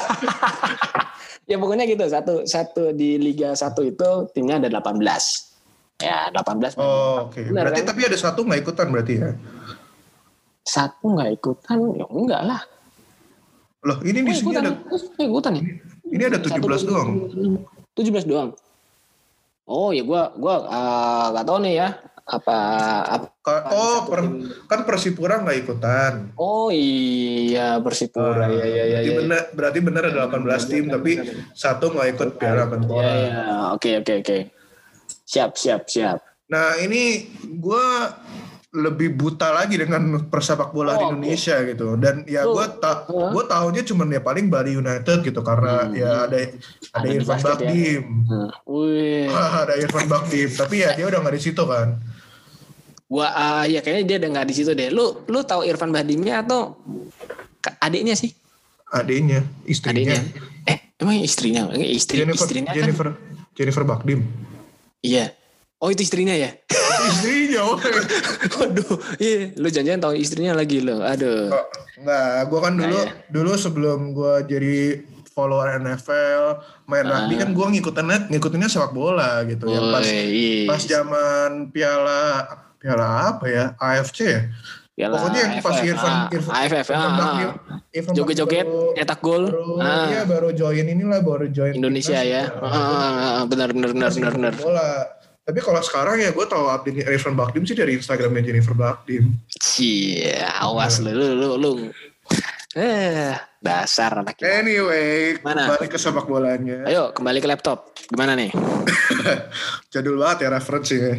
Ya pokoknya gitu, satu satu di Liga satu itu timnya ada delapan belas. Ya delapan belas. Oh oke. Okay. Berarti kan? Tapi ada satu nggak ikutan berarti ya? Satu nggak ikutan ya enggak lah. Loh ini di sini ada. Ikutan ya? Ini ada tujuh belas doang. tujuh belas doang. Oh ya gue gue uh, gak tahu nih ya apa, apa oh per, kan Persipura nggak ikutan. Oh iya Persipura uh, ya ya ya. Berarti ya, benar ya. Berarti benar ada delapan belas tim benar, tapi benar. Satu nggak ikut Piala Menpora. Ya, ya. Oke oke oke. Siap siap siap. Nah ini gue lebih buta lagi dengan persepak bola oh, Indonesia okay. gitu, dan ya gue ta uh. gue tahunya cuma ya paling Bali United gitu karena hmm. ya ada ada, ada Irfan Bahdim, ya. ada Irfan Bahdim, tapi ya dia udah nggak di situ kan. Wah uh, ya kayaknya dia udah nggak di situ deh. Lu lu tahu Irfan Bahdimnya atau adiknya sih? Adiknya, istrinya. Adiknya. Eh emang istrinya? Istri Jennifer, istrinya Jennifer, kan? Jennifer Bahdim. Iya. Oh itu istrinya ya? Istrinya. Waduh, iya. Lu jangan-jangan tahu istrinya lagi lo. Aduh. Oh, enggak, gue kan dulu nah, ya. dulu sebelum gue jadi follower N F L, main ah. rugby kan gue ngikutinnya ngikutinnya sepak bola gitu. Oh, yang pas yes. pas zaman piala piala apa ya? A F C ya? Piala pokoknya yang pas Irfan ah, Irfan A F F Irfan ah, Bahdim, Irfan joget-joget, nyetak gol. Ah. Iya baru join inilah, baru join Indonesia ya. Ah, benar benar benar benar benar. Tapi kalau sekarang ya gue tahu update Irfan Bahdim sih dari Instagramnya Jennifer Bahdim. Cie, awas lu, lu, lu, lu. Eh, dasar anak kita. Anyway, Mana? Kembali ke sepak bolanya. Ayo, kembali ke laptop. Gimana nih? Jadul banget ya referensinya.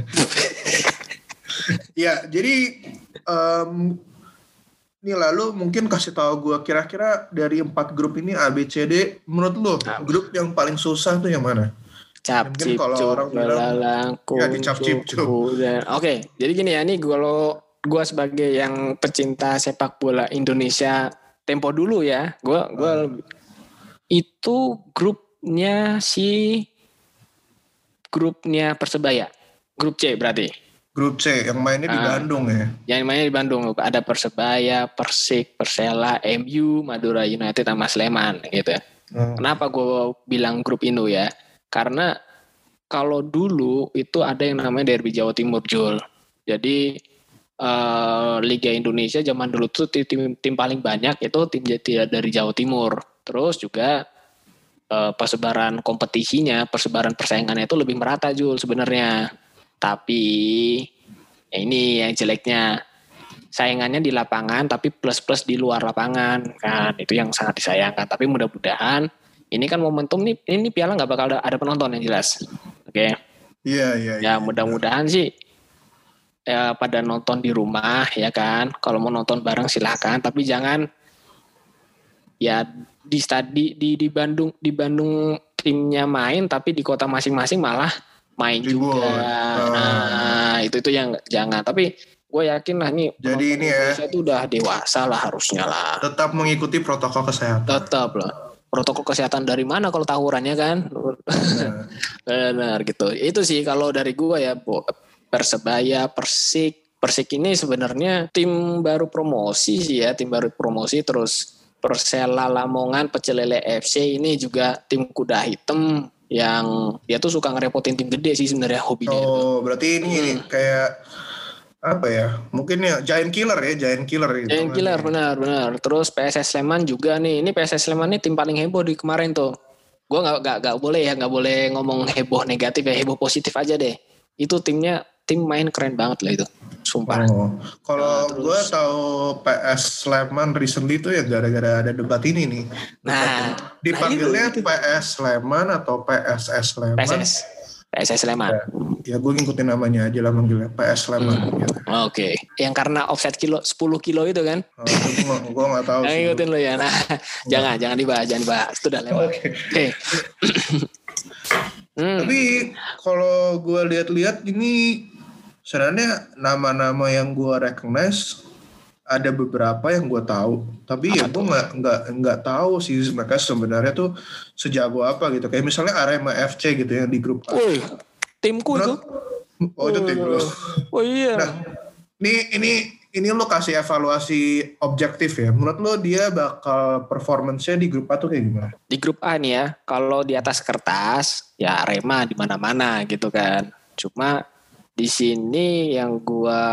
Ya, jadi um, ini lalu mungkin kasih tahu gue kira-kira dari empat grup ini A, B, C, D, menurut lo nah, grup yang paling susah tuh yang mana? Cap cip cup belalang ya dicap cip cup. Oke, jadi gini ya, nih kalau gue sebagai yang pecinta sepak bola Indonesia tempo dulu ya, gue gue hmm. itu grupnya si grupnya Persebaya, grup C berarti. Grup C yang mainnya di ah, Bandung ya. Yang mainnya di Bandung ada Persebaya, Persik, Persela, M U, Madura United sama Sleman gitu. Hmm. Kenapa gue bilang grup Indo ya? Karena kalau dulu itu ada yang namanya Derby Jawa Timur, Jul. Jadi uh, Liga Indonesia zaman dulu tuh tim, tim paling banyak itu tim dari Jawa Timur. Terus juga uh, persebaran kompetisinya, persebaran persaingannya itu lebih merata, Jul, sebenarnya. Tapi ya ini yang jeleknya. Saingannya di lapangan tapi plus-plus di luar lapangan kan, itu yang sangat disayangkan. Tapi mudah-mudahan ini kan momentum nih, ini piala nggak bakal ada, ada penonton yang jelas, oke? Okay? Iya iya. Ya mudah-mudahan ya. sih ya, pada nonton di rumah ya kan. Kalau mau nonton bareng silahkan, tapi jangan ya di stadi di di Bandung di Bandung timnya main tapi di kota masing-masing malah main Ribut. juga. Uh. Nah itu itu yang jangan. Tapi gue yakin lah nih jadi ini ya Indonesia itu udah dewasa lah harusnya lah. Tetap mengikuti protokol kesehatan. Tetap lah. Protokol kesehatan dari mana kalau tawurannya kan? Benar. Benar gitu. Itu sih kalau dari gue ya, Persebaya, Persik, Persik ini sebenarnya tim baru promosi sih ya, tim baru promosi. Terus Persela Lamongan, Pecel Lele F C ini juga tim kuda hitam yang dia tuh suka ngerepotin tim gede sih sebenarnya hobinya. Oh, itu. Berarti ini hmm. kayak apa ya, mungkin ya giant killer ya giant killer gitu. Giant killer benar-benar. Terus P S S Sleman juga nih, ini P S S Sleman nih tim paling heboh di kemarin tuh. Gue nggak nggak nggak boleh ya nggak boleh ngomong heboh negatif ya, heboh positif aja deh. Itu timnya tim main keren banget lah itu, sumpah. Oh, kalau nah, gue tahu P S Sleman recently tuh ya gara-gara ada debat ini nih. Debat nah, ini. Dipanggilnya nah itu, itu. P S Sleman atau P S S Sleman? P S S. P S S Sleman. Ya, ya gue ngikutin namanya aja lah manggilnya P S Sleman. Hmm. Gitu. Oke. Okay. Yang karena offset kilo sepuluh kilo itu kan? Oh, itu gue gue nggak tahu. Yang ngikutin lo ya. Nah, jangan jangan dibahas, jangan dibahas. Itu udah lewat. Oke. Okay. Okay. hmm. Tapi kalau gue lihat-lihat ini sebenarnya nama-nama yang gue recognize ada beberapa yang gue tahu, tapi apa ya gue nggak nggak nggak tahu sih mereka sebenarnya tuh sejago apa gitu. Kayak misalnya Arema F C gitu yang di grup A. Woi, timku itu. Oh itu tim lu. Oh iya. Nah, ini ini ini lo kasih evaluasi objektif ya. Menurut lo dia bakal performance-nya di grup A tuh kayak gimana? Di grup A nih ya, kalau di atas kertas ya Arema di mana-mana gitu kan. Cuma di sini yang gue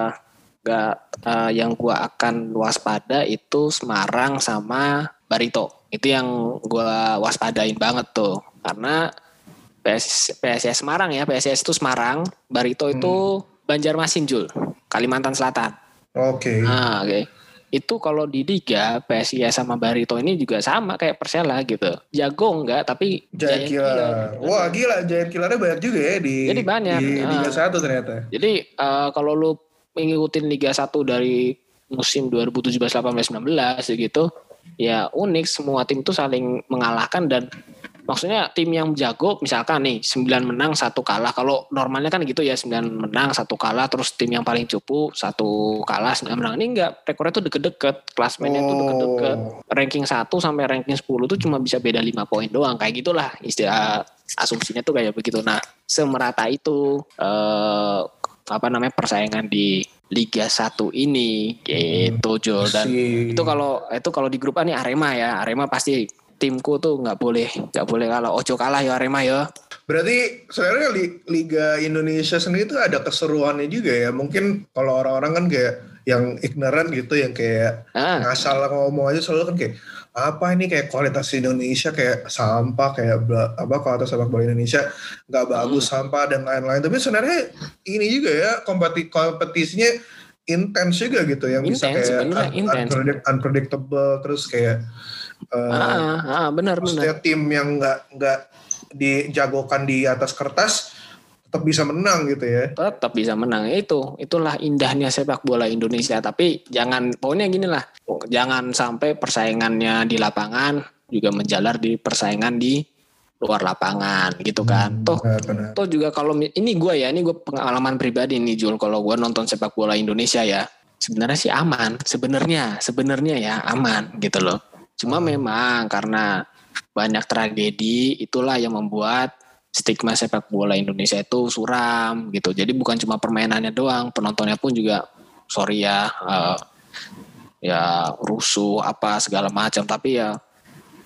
Gak, uh, yang gue akan waspada itu Semarang sama Barito. Itu yang gue waspadain banget tuh. Karena P S, P S S Semarang ya, P S S itu Semarang, Barito itu hmm. Banjarmasin, Jul, Kalimantan Selatan. Oke. Okay. Nah, oke. Okay. Itu kalau di Liga P S I S sama Barito ini juga sama kayak Persela gitu. Jago enggak, tapi Giant Killer. Wah gila, Giant Killernya banyak juga ya di, Jadi banyak. di Liga uh, satu ternyata. Jadi uh, kalau lu ngikutin Liga satu dari musim dua ribu tujuh belas, delapan belas, sembilan belas gitu, ya unik, semua tim tuh saling mengalahkan. Dan maksudnya tim yang jago misalkan nih sembilan menang satu kalah, kalau normalnya kan gitu ya, sembilan menang satu kalah, terus tim yang paling cupu satu kalah sembilan menang. Ini enggak, rekornya tuh deket-deket, klasmennya oh. tuh deket-deket, ranking satu sampai ranking sepuluh tuh cuma bisa beda lima poin doang, kayak gitulah istilah asumsinya tuh kayak begitu. Nah semerata itu eh, apa namanya persaingan di Liga satu ini gitu, Jol. Dan itu kalau itu kalau di grup A nih Arema ya, Arema pasti timku tuh nggak boleh nggak boleh kalah, ojo kalah ya Arema ya. Berarti sebenarnya Liga Indonesia sendiri tuh ada keseruannya juga ya. Mungkin kalau orang-orang kan kayak yang ignorant gitu, yang kayak ah. ngasal ngomong aja selalu kan kayak apa ini kayak kualitas Indonesia kayak sampah, kayak apa kualitas sepak bola Indonesia nggak bagus, hmm. sampah dan lain-lain. Tapi sebenarnya ini juga ya kompeti- kompetisinya intens juga gitu, yang intense, bisa kayak un- unpredict- unpredictable, terus kayak uh, ah, ah, benar benar. Tim yang nggak nggak dijagokan di atas kertas tetap bisa menang gitu ya. Tetap bisa menang. Itu itulah indahnya sepak bola Indonesia. Tapi jangan, pokoknya gini lah, jangan sampai persaingannya di lapangan juga menjalar di persaingan di luar lapangan gitu kan. Hmm, toh benar. Toh juga kalau ini gue ya, ini gue pengalaman pribadi nih Jul, kalau gue nonton sepak bola Indonesia ya, sebenarnya sih aman, sebenarnya sebenarnya ya aman gitu loh. Cuma hmm. memang karena banyak tragedi, itulah yang membuat stigma sepak bola Indonesia itu suram gitu. Jadi bukan cuma permainannya doang, penontonnya pun juga sorry ya uh, ya rusuh apa segala macam. Tapi ya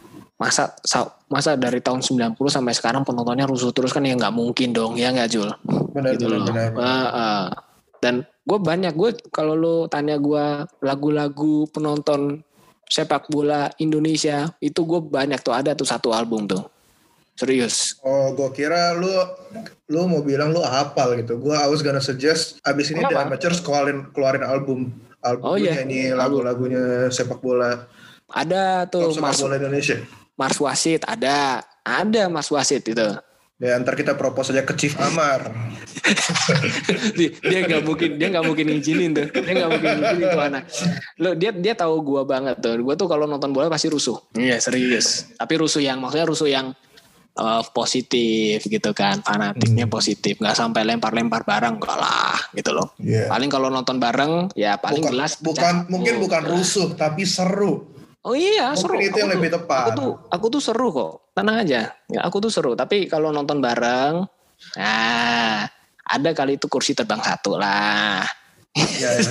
masa masa dari tahun sembilan puluh sampai sekarang penontonnya rusuh terus kan ya nggak mungkin dong, ya nggak Jul? Benar, gitu benar, loh. benar. Uh, uh. Dan gue banyak, gue kalau lo tanya gue lagu-lagu penonton sepak bola Indonesia itu gue banyak tuh, ada tuh satu album tuh. Serius. Oh, gue kira lu lu mau bilang lu hafal gitu. Gue I was gonna suggest abis ini The Amateurs keluarin keluarin album album oh, iya. nyanyi lagu-lagunya sepak bola. Ada tuh sepak bola Indonesia. Mars Wasit ada, ada Mars Wasit itu. Ya ntar kita propose aja ke Chief Amar. dia nggak mungkin dia nggak mungkin ngizinin tuh, dia nggak mungkin ngizinin tuh anak. Lo dia dia tahu gue banget tuh. Gue tuh kalau nonton bola pasti rusuh. Iya serius. Tapi rusuh yang maksudnya rusuh yang Uh, positif gitu kan, fanatiknya hmm. positif, nggak sampai lempar-lempar barang, enggak lah gitu loh. Yeah. Paling kalau nonton bareng ya paling bukan, gelas bukan mungkin oh, bukan rusuh tapi seru. Oh iya, mungkin seru. Itu yang aku lebih tuh, tepat. Aku tuh aku tuh seru kok. Tenang aja. Ya, aku tuh seru, tapi kalau nonton bareng nah ada kali itu kursi terbang satu lah. Ya, ya.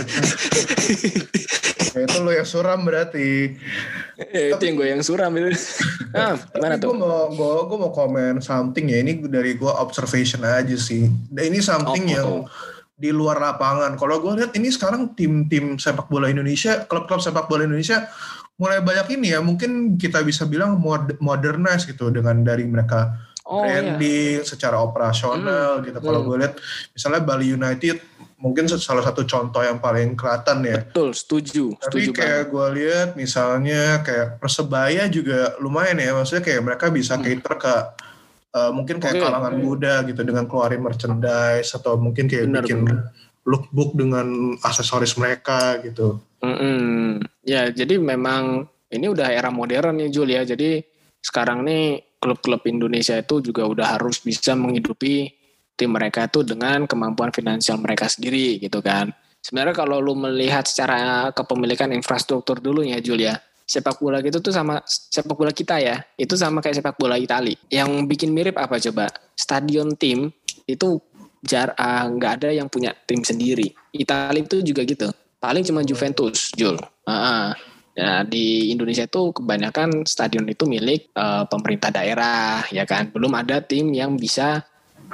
Ya, itu lo yang suram berarti. Ya, itu yang gue yang suram itu. Nah, gimana tuh? Gue mau gue gue mau komen something ya, ini dari gue observation aja sih. Dan ini something oh, yang oh. di luar lapangan. Kalau gue lihat ini sekarang tim-tim sepak bola Indonesia, klub-klub sepak bola Indonesia mulai banyak ini ya. Mungkin kita bisa bilang modernize gitu dengan dari mereka oh, branding iya. secara operasional hmm. gitu. Kalau hmm. gue lihat misalnya Bali United mungkin salah satu contoh yang paling kelihatan ya. Betul, setuju. Tapi setuju kayak gue lihat misalnya kayak Persebaya juga lumayan ya. Maksudnya kayak mereka bisa hmm. cater ke uh, mungkin kayak okay. kalangan okay. muda gitu dengan keluarin merchandise atau mungkin kayak benar, bikin benar. lookbook dengan aksesoris mereka gitu. Mm-hmm. Ya jadi memang ini udah era modern nih Jul ya. Jadi sekarang nih klub-klub Indonesia itu juga udah harus bisa menghidupi tim mereka itu dengan kemampuan finansial mereka sendiri gitu kan. Sebenarnya kalau lu melihat secara kepemilikan infrastruktur dulu ya Jul ya, sepak bola gitu tuh sama sepak bola kita ya, itu sama kayak sepak bola Itali. Yang bikin mirip apa coba? Stadion tim itu jar nggak uh, ada yang punya tim sendiri. Itali itu juga gitu. Paling cuma Juventus Jul. Uh-uh. Nah, di Indonesia itu kebanyakan stadion itu milik uh, pemerintah daerah ya kan. Belum ada tim yang bisa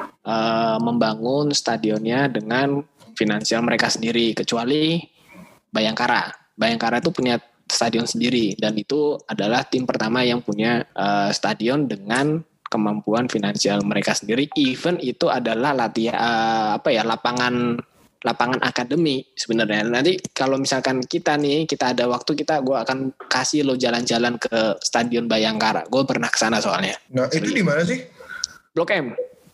Uh, membangun stadionnya dengan finansial mereka sendiri kecuali Bayangkara. Bayangkara itu punya stadion sendiri dan itu adalah tim pertama yang punya uh, stadion dengan kemampuan finansial mereka sendiri. Even itu adalah latihan uh, apa ya lapangan lapangan akademi sebenarnya. Nanti kalau misalkan kita nih kita ada waktu kita gue akan kasih lo jalan-jalan ke stadion Bayangkara. Gue pernah ke sana soalnya. Nah, itu di mana sih? Blok M.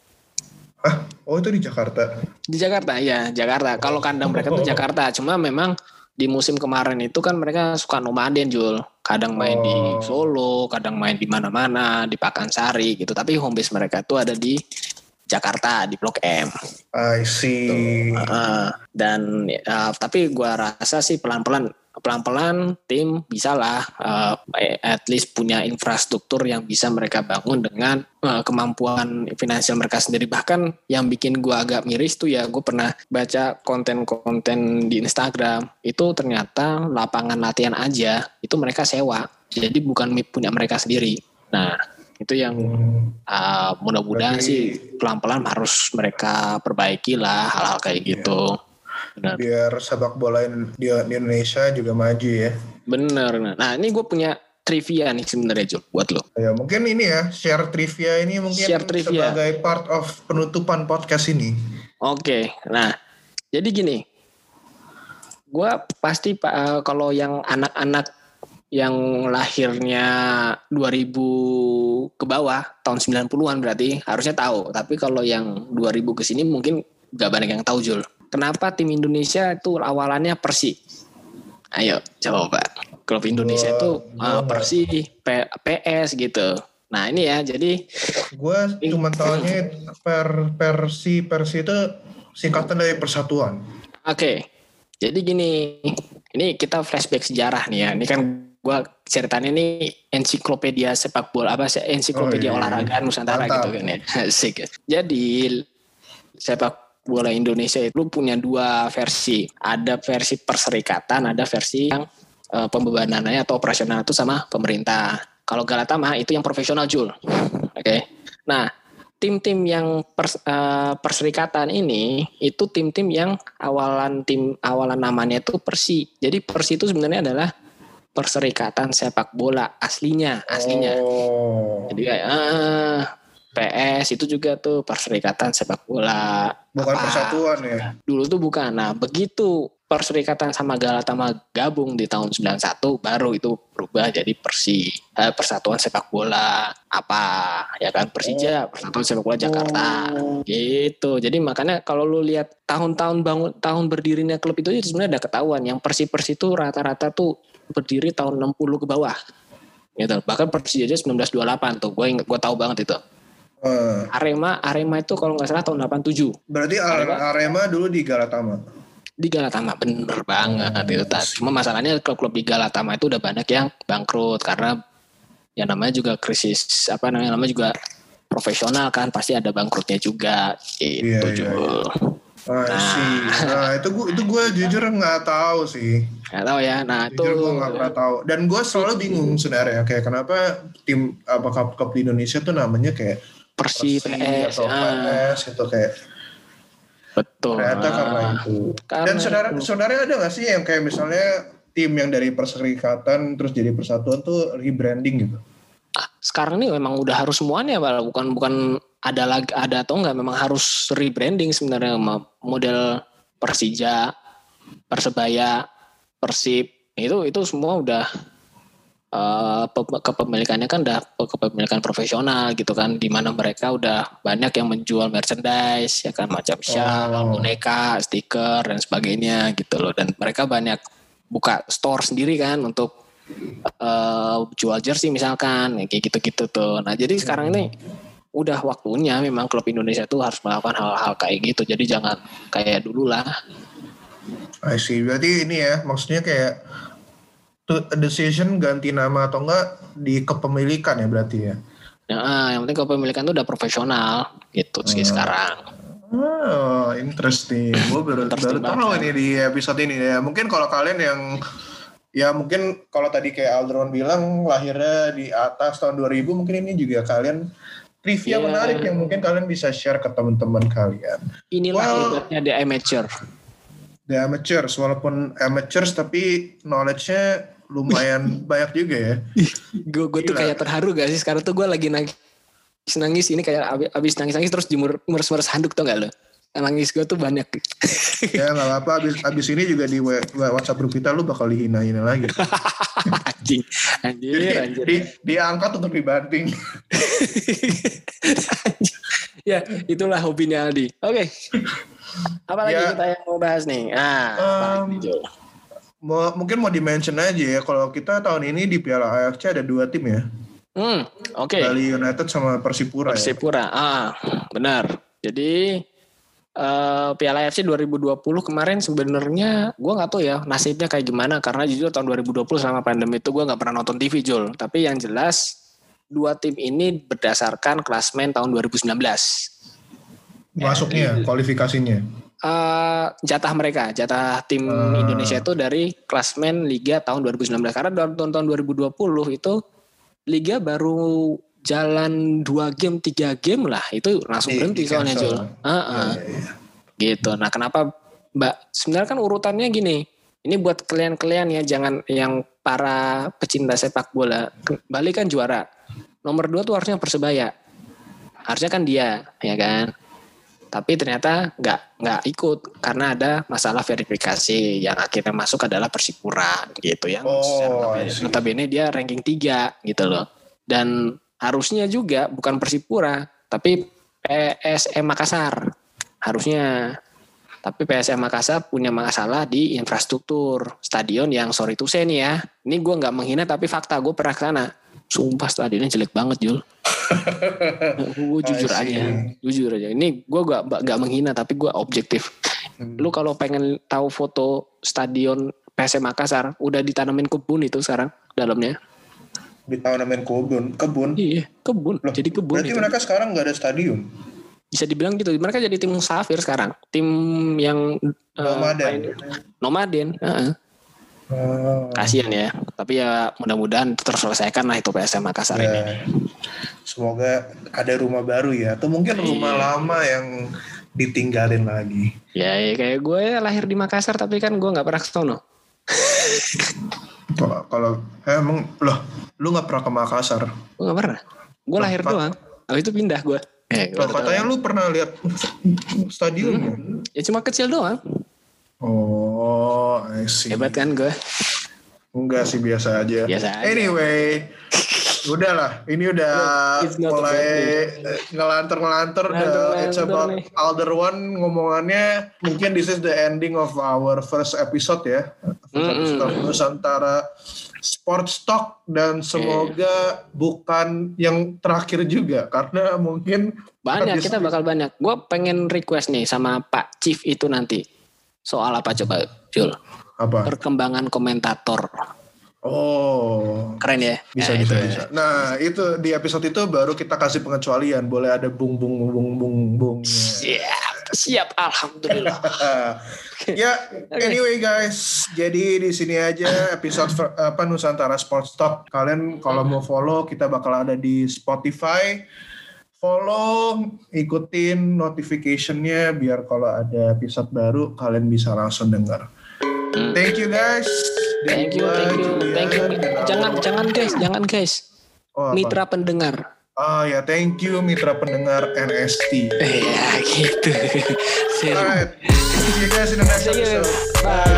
Ah, oh itu di Jakarta. Di Jakarta, ya Jakarta. Kalau kandang mereka tuh Jakarta. Cuma memang di musim kemarin itu kan mereka suka nomaden Jul. Kadang main oh. di Solo, kadang main di mana-mana, di Pakansari gitu. Tapi home base mereka tuh ada di Jakarta di Blok M. I see. Uh, dan uh, tapi gua rasa sih pelan-pelan pelan-pelan tim bisalah uh, at least punya infrastruktur yang bisa mereka bangun dengan uh, kemampuan finansial mereka sendiri. Bahkan yang bikin gue agak miris tuh ya, gue pernah baca konten-konten di Instagram itu ternyata lapangan latihan aja itu mereka sewa, jadi bukan punya mereka sendiri. Nah itu yang uh, mudah-mudahan Berarti, sih pelan-pelan harus mereka perbaiki lah hal-hal kayak iya. gitu. Benar. Biar sepak bola di Indonesia juga maju ya. Bener. Nah ini gue punya trivia nih sebenarnya Jul buat lo. Ya mungkin ini ya share trivia ini mungkin trivia. Sebagai part of penutupan podcast ini. Oke. Nah jadi gini, gue pasti uh, kalau yang anak-anak yang lahirnya dua ribu ke bawah tahun sembilan puluhan berarti harusnya tahu. Tapi kalau yang dua ribu ke sini mungkin gak banyak yang tahu Jul. Kenapa tim Indonesia itu awalannya Persi? Ayo coba. Klub Indonesia gua, itu uh, Persi, P, PS gitu. Nah ini ya jadi. Gue cuma tahunya per Persi Persi itu singkatan dari persatuan. Oke. Okay. Jadi gini, ini kita flashback sejarah nih ya. Ini kan gue ceritanya ini ensiklopedia sepak bola apa sih ensiklopedia oh, iya. olahraga Nusantara Mantap. Gitu kan ya. Asik. Jadi sepak bola Indonesia itu punya dua versi. Ada versi perserikatan, ada versi yang uh, pembebanannya atau operasional itu sama pemerintah. Kalau Galatama itu yang profesional, Jul. Oke. Okay. Nah, tim-tim yang pers, uh, perserikatan ini itu tim-tim yang awalan tim awalan namanya itu Persi. Jadi Persi itu sebenarnya adalah Perserikatan Sepak Bola aslinya, aslinya. Oh. Jadi kayak uh, P S itu juga tuh Perserikatan Sepak Bola. Bukan apa? persatuan ya? Dulu tuh bukan. Nah, begitu Perserikatan sama Galatama gabung di tahun sembilan puluh satu baru itu berubah jadi Persi, eh, Persatuan Sepak Bola apa ya kan, Persija, Persatuan Sepak Bola Jakarta. Oh. Gitu. Jadi makanya kalau lu lihat tahun-tahun bangun tahun berdirinya klub itu sebenarnya ada ketahuan yang Persi-Persi itu rata-rata tuh berdiri tahun enam puluh ke bawah. Gitu. Bahkan Persija aja sembilan belas dua puluh delapan tuh. Gue ingat, gue tahu banget itu. Uh. Arema, Arema itu kalau nggak salah tahun delapan puluh tujuh. Berarti Arema, Arema dulu di Galatama. Di Galatama bener banget oh, itu. Cuma masalahnya klub-klub di Galatama itu udah banyak yang bangkrut karena ya namanya juga krisis apa namanya namanya juga profesional kan, pasti ada bangkrutnya juga gitu. Iya, iya, iya. Oh, nah, sih. Nah itu gue itu gue jujur nggak tahu sih. Nggak tahu ya. Nah jujur itu gue nggak pernah tahu. Dan gue selalu bingung sebenarnya kayak kenapa tim apa klub di Indonesia tuh namanya kayak Persi, P S, atau P S itu kayak. Betul. Ternyata karena itu. Karena Dan saudara itu. saudara ada nggak sih yang kayak misalnya tim yang dari perserikatan terus jadi persatuan tuh rebranding gitu? Sekarang ini memang udah harus semuanya, Pak. Bukan bukan ada lagi ada atau enggak, memang harus rebranding sebenarnya, model Persija, Persebaya, Persib itu itu semua udah uh, kepemilikannya kan udah kepemilikan profesional gitu kan, di mana mereka udah banyak yang menjual merchandise ya kan, macam shawl, oh. boneka, stiker dan sebagainya gitu loh, dan mereka banyak buka store sendiri kan untuk uh, jual jersey misalkan kayak gitu-gitu tuh. Nah jadi sekarang ini udah waktunya memang klub Indonesia tuh harus melakukan hal-hal kayak gitu, jadi jangan kayak dulu lah. I see. Berarti ini ya maksudnya kayak decision ganti nama atau enggak di kepemilikan ya berarti ya. Nah, yang penting kepemilikan itu udah profesional gitu sih hmm. sekarang. Oh, interesting. Gue baru baru tahu ini di episode ini ya. Mungkin kalau kalian yang ya mungkin kalau tadi kayak Aldron bilang lahirnya di atas tahun dua ribu, mungkin ini juga kalian trivia yeah. menarik yang mungkin kalian bisa share ke teman-teman kalian. Inilah well, hebatnya The Amateur. The Amateurs, walaupun amateurs tapi knowledge-nya lumayan banyak juga ya. Gue gue tuh kayak terharu gak sih sekarang tuh gue lagi nangis nangis ini kayak abis, abis nangis nangis terus jemur meres-meres handuk tuh gak lo? Nangis gue tuh banyak. Ya nggak apa-apa, abis abis ini juga di WhatsApp grup kita lu bakal dihina-hina lagi. anjing, anjir, Jadi, anjir. Di, diangkat untuk dibanting. Ya itulah hobinya Aldi. Oke. Okay. Apa lagi ya, kita yang mau bahas nih? Ah, um, mau, mungkin mau di-mention aja ya, kalau kita tahun ini di Piala A F C ada dua tim ya. Hmm, oke. Okay. Bali United sama Persipura. Persipura, ya. ah, benar. Jadi uh, Piala A F C dua ribu dua puluh kemarin sebenarnya gue nggak tahu ya nasibnya kayak gimana, karena jujur tahun dua ribu dua puluh selama pandemi itu gue nggak pernah nonton T V, Jul. Tapi yang jelas dua tim ini berdasarkan klasmen tahun dua ribu sembilan belas. Masuknya, ya, kualifikasinya? Uh, jatah mereka, jatah tim uh. Indonesia itu dari klasmen Liga tahun dua ribu sembilan belas. Karena tahun, tahun dua ribu dua puluh itu Liga baru jalan dua game, tiga game lah. Itu langsung berhenti soalnya, Jul. Uh-uh. Ya, ya, ya. Gitu. Nah kenapa Mbak? Sebenarnya kan urutannya gini. Ini buat kalian-kalian ya, jangan yang para pecinta sepak bola. Bali kan juara. Nomor dua tuh harusnya Persebaya. Harusnya kan dia, ya kan? Tapi ternyata nggak nggak ikut karena ada masalah verifikasi, yang akhirnya masuk adalah Persipura gitu ya. Oh, notabene dia ranking tiga gitu loh. Dan harusnya juga bukan Persipura tapi P S M Makassar harusnya. Tapi P S M Makassar punya masalah di infrastruktur stadion yang sorry to say nih ya. Ini gue nggak menghina tapi fakta, gue pernah kesana. Sumpah stadionnya jelek banget, Jul. Gue jujur aja, jujur aja. Ini gue gak, gak menghina tapi gue objektif. Hmm. Lu kalau pengen tahu foto stadion P S M Makassar, udah ditanamin kebun itu sekarang dalamnya. Ditanamin kebun, kebun. Iya, kebun. Loh, jadi kebun. Berarti itu. Mereka sekarang nggak ada stadion. Bisa dibilang gitu. Mereka jadi tim musafir sekarang. Tim yang nomaden. Uh, nomaden. Uh-uh. Oh. Kasian ya. Tapi ya mudah-mudahan terselesaikan lah itu P S M Makassar ya. ini. Semoga ada rumah baru ya, atau mungkin rumah iya. lama yang ditinggalin lagi. Ya, ya kayak gue ya lahir di Makassar tapi kan gue nggak pernah ke sono. Kalau eh, emang loh, lu nggak pernah ke Makassar? Gue nggak pernah. Gue lahir doang. Habis itu pindah gue. Eh, loh, katanya lu pernah lihat stadiumnya? Hmm. Ya cuma kecil doang. Oh, I see. Hebat kan gue? Enggak sih, biasa aja. Biasa aja. Anyway, udahlah. Ini udah mulai ngelantur-ngelantur. It's about nih. Alderone ngomongannya. Mungkin this is the ending of our first episode ya. First mm-hmm. episode Nusantara Sports Talk. Dan semoga yeah. bukan yang terakhir juga. Karena mungkin banyak, kita bakal banyak. Gue pengen request nih sama Pak Chief itu nanti. Soal apa coba, Jul? Apa? Perkembangan komentator. Oh, keren ya. Bisa, nah, bisa, itu. bisa. Nah, itu di episode itu baru kita kasih pengecualian. Boleh ada bung, bung, bung, bung, bung. Siap, siap. Alhamdulillah. Ya, okay. Anyway guys, jadi di sini aja episode apa Nusantara Sports Talk. Kalian kalau mau follow, kita bakal ada di Spotify. Follow, ikutin notification-nya biar kalau ada episode baru kalian bisa langsung dengar. Thank you guys. Thank you, thank you, thank you. Jangan, jangan guys, jangan guys. Oh, mitra pendengar. Oh ya, thank you mitra pendengar N S T. Ya gitu. Alright, see you guys in the next episode. Bye.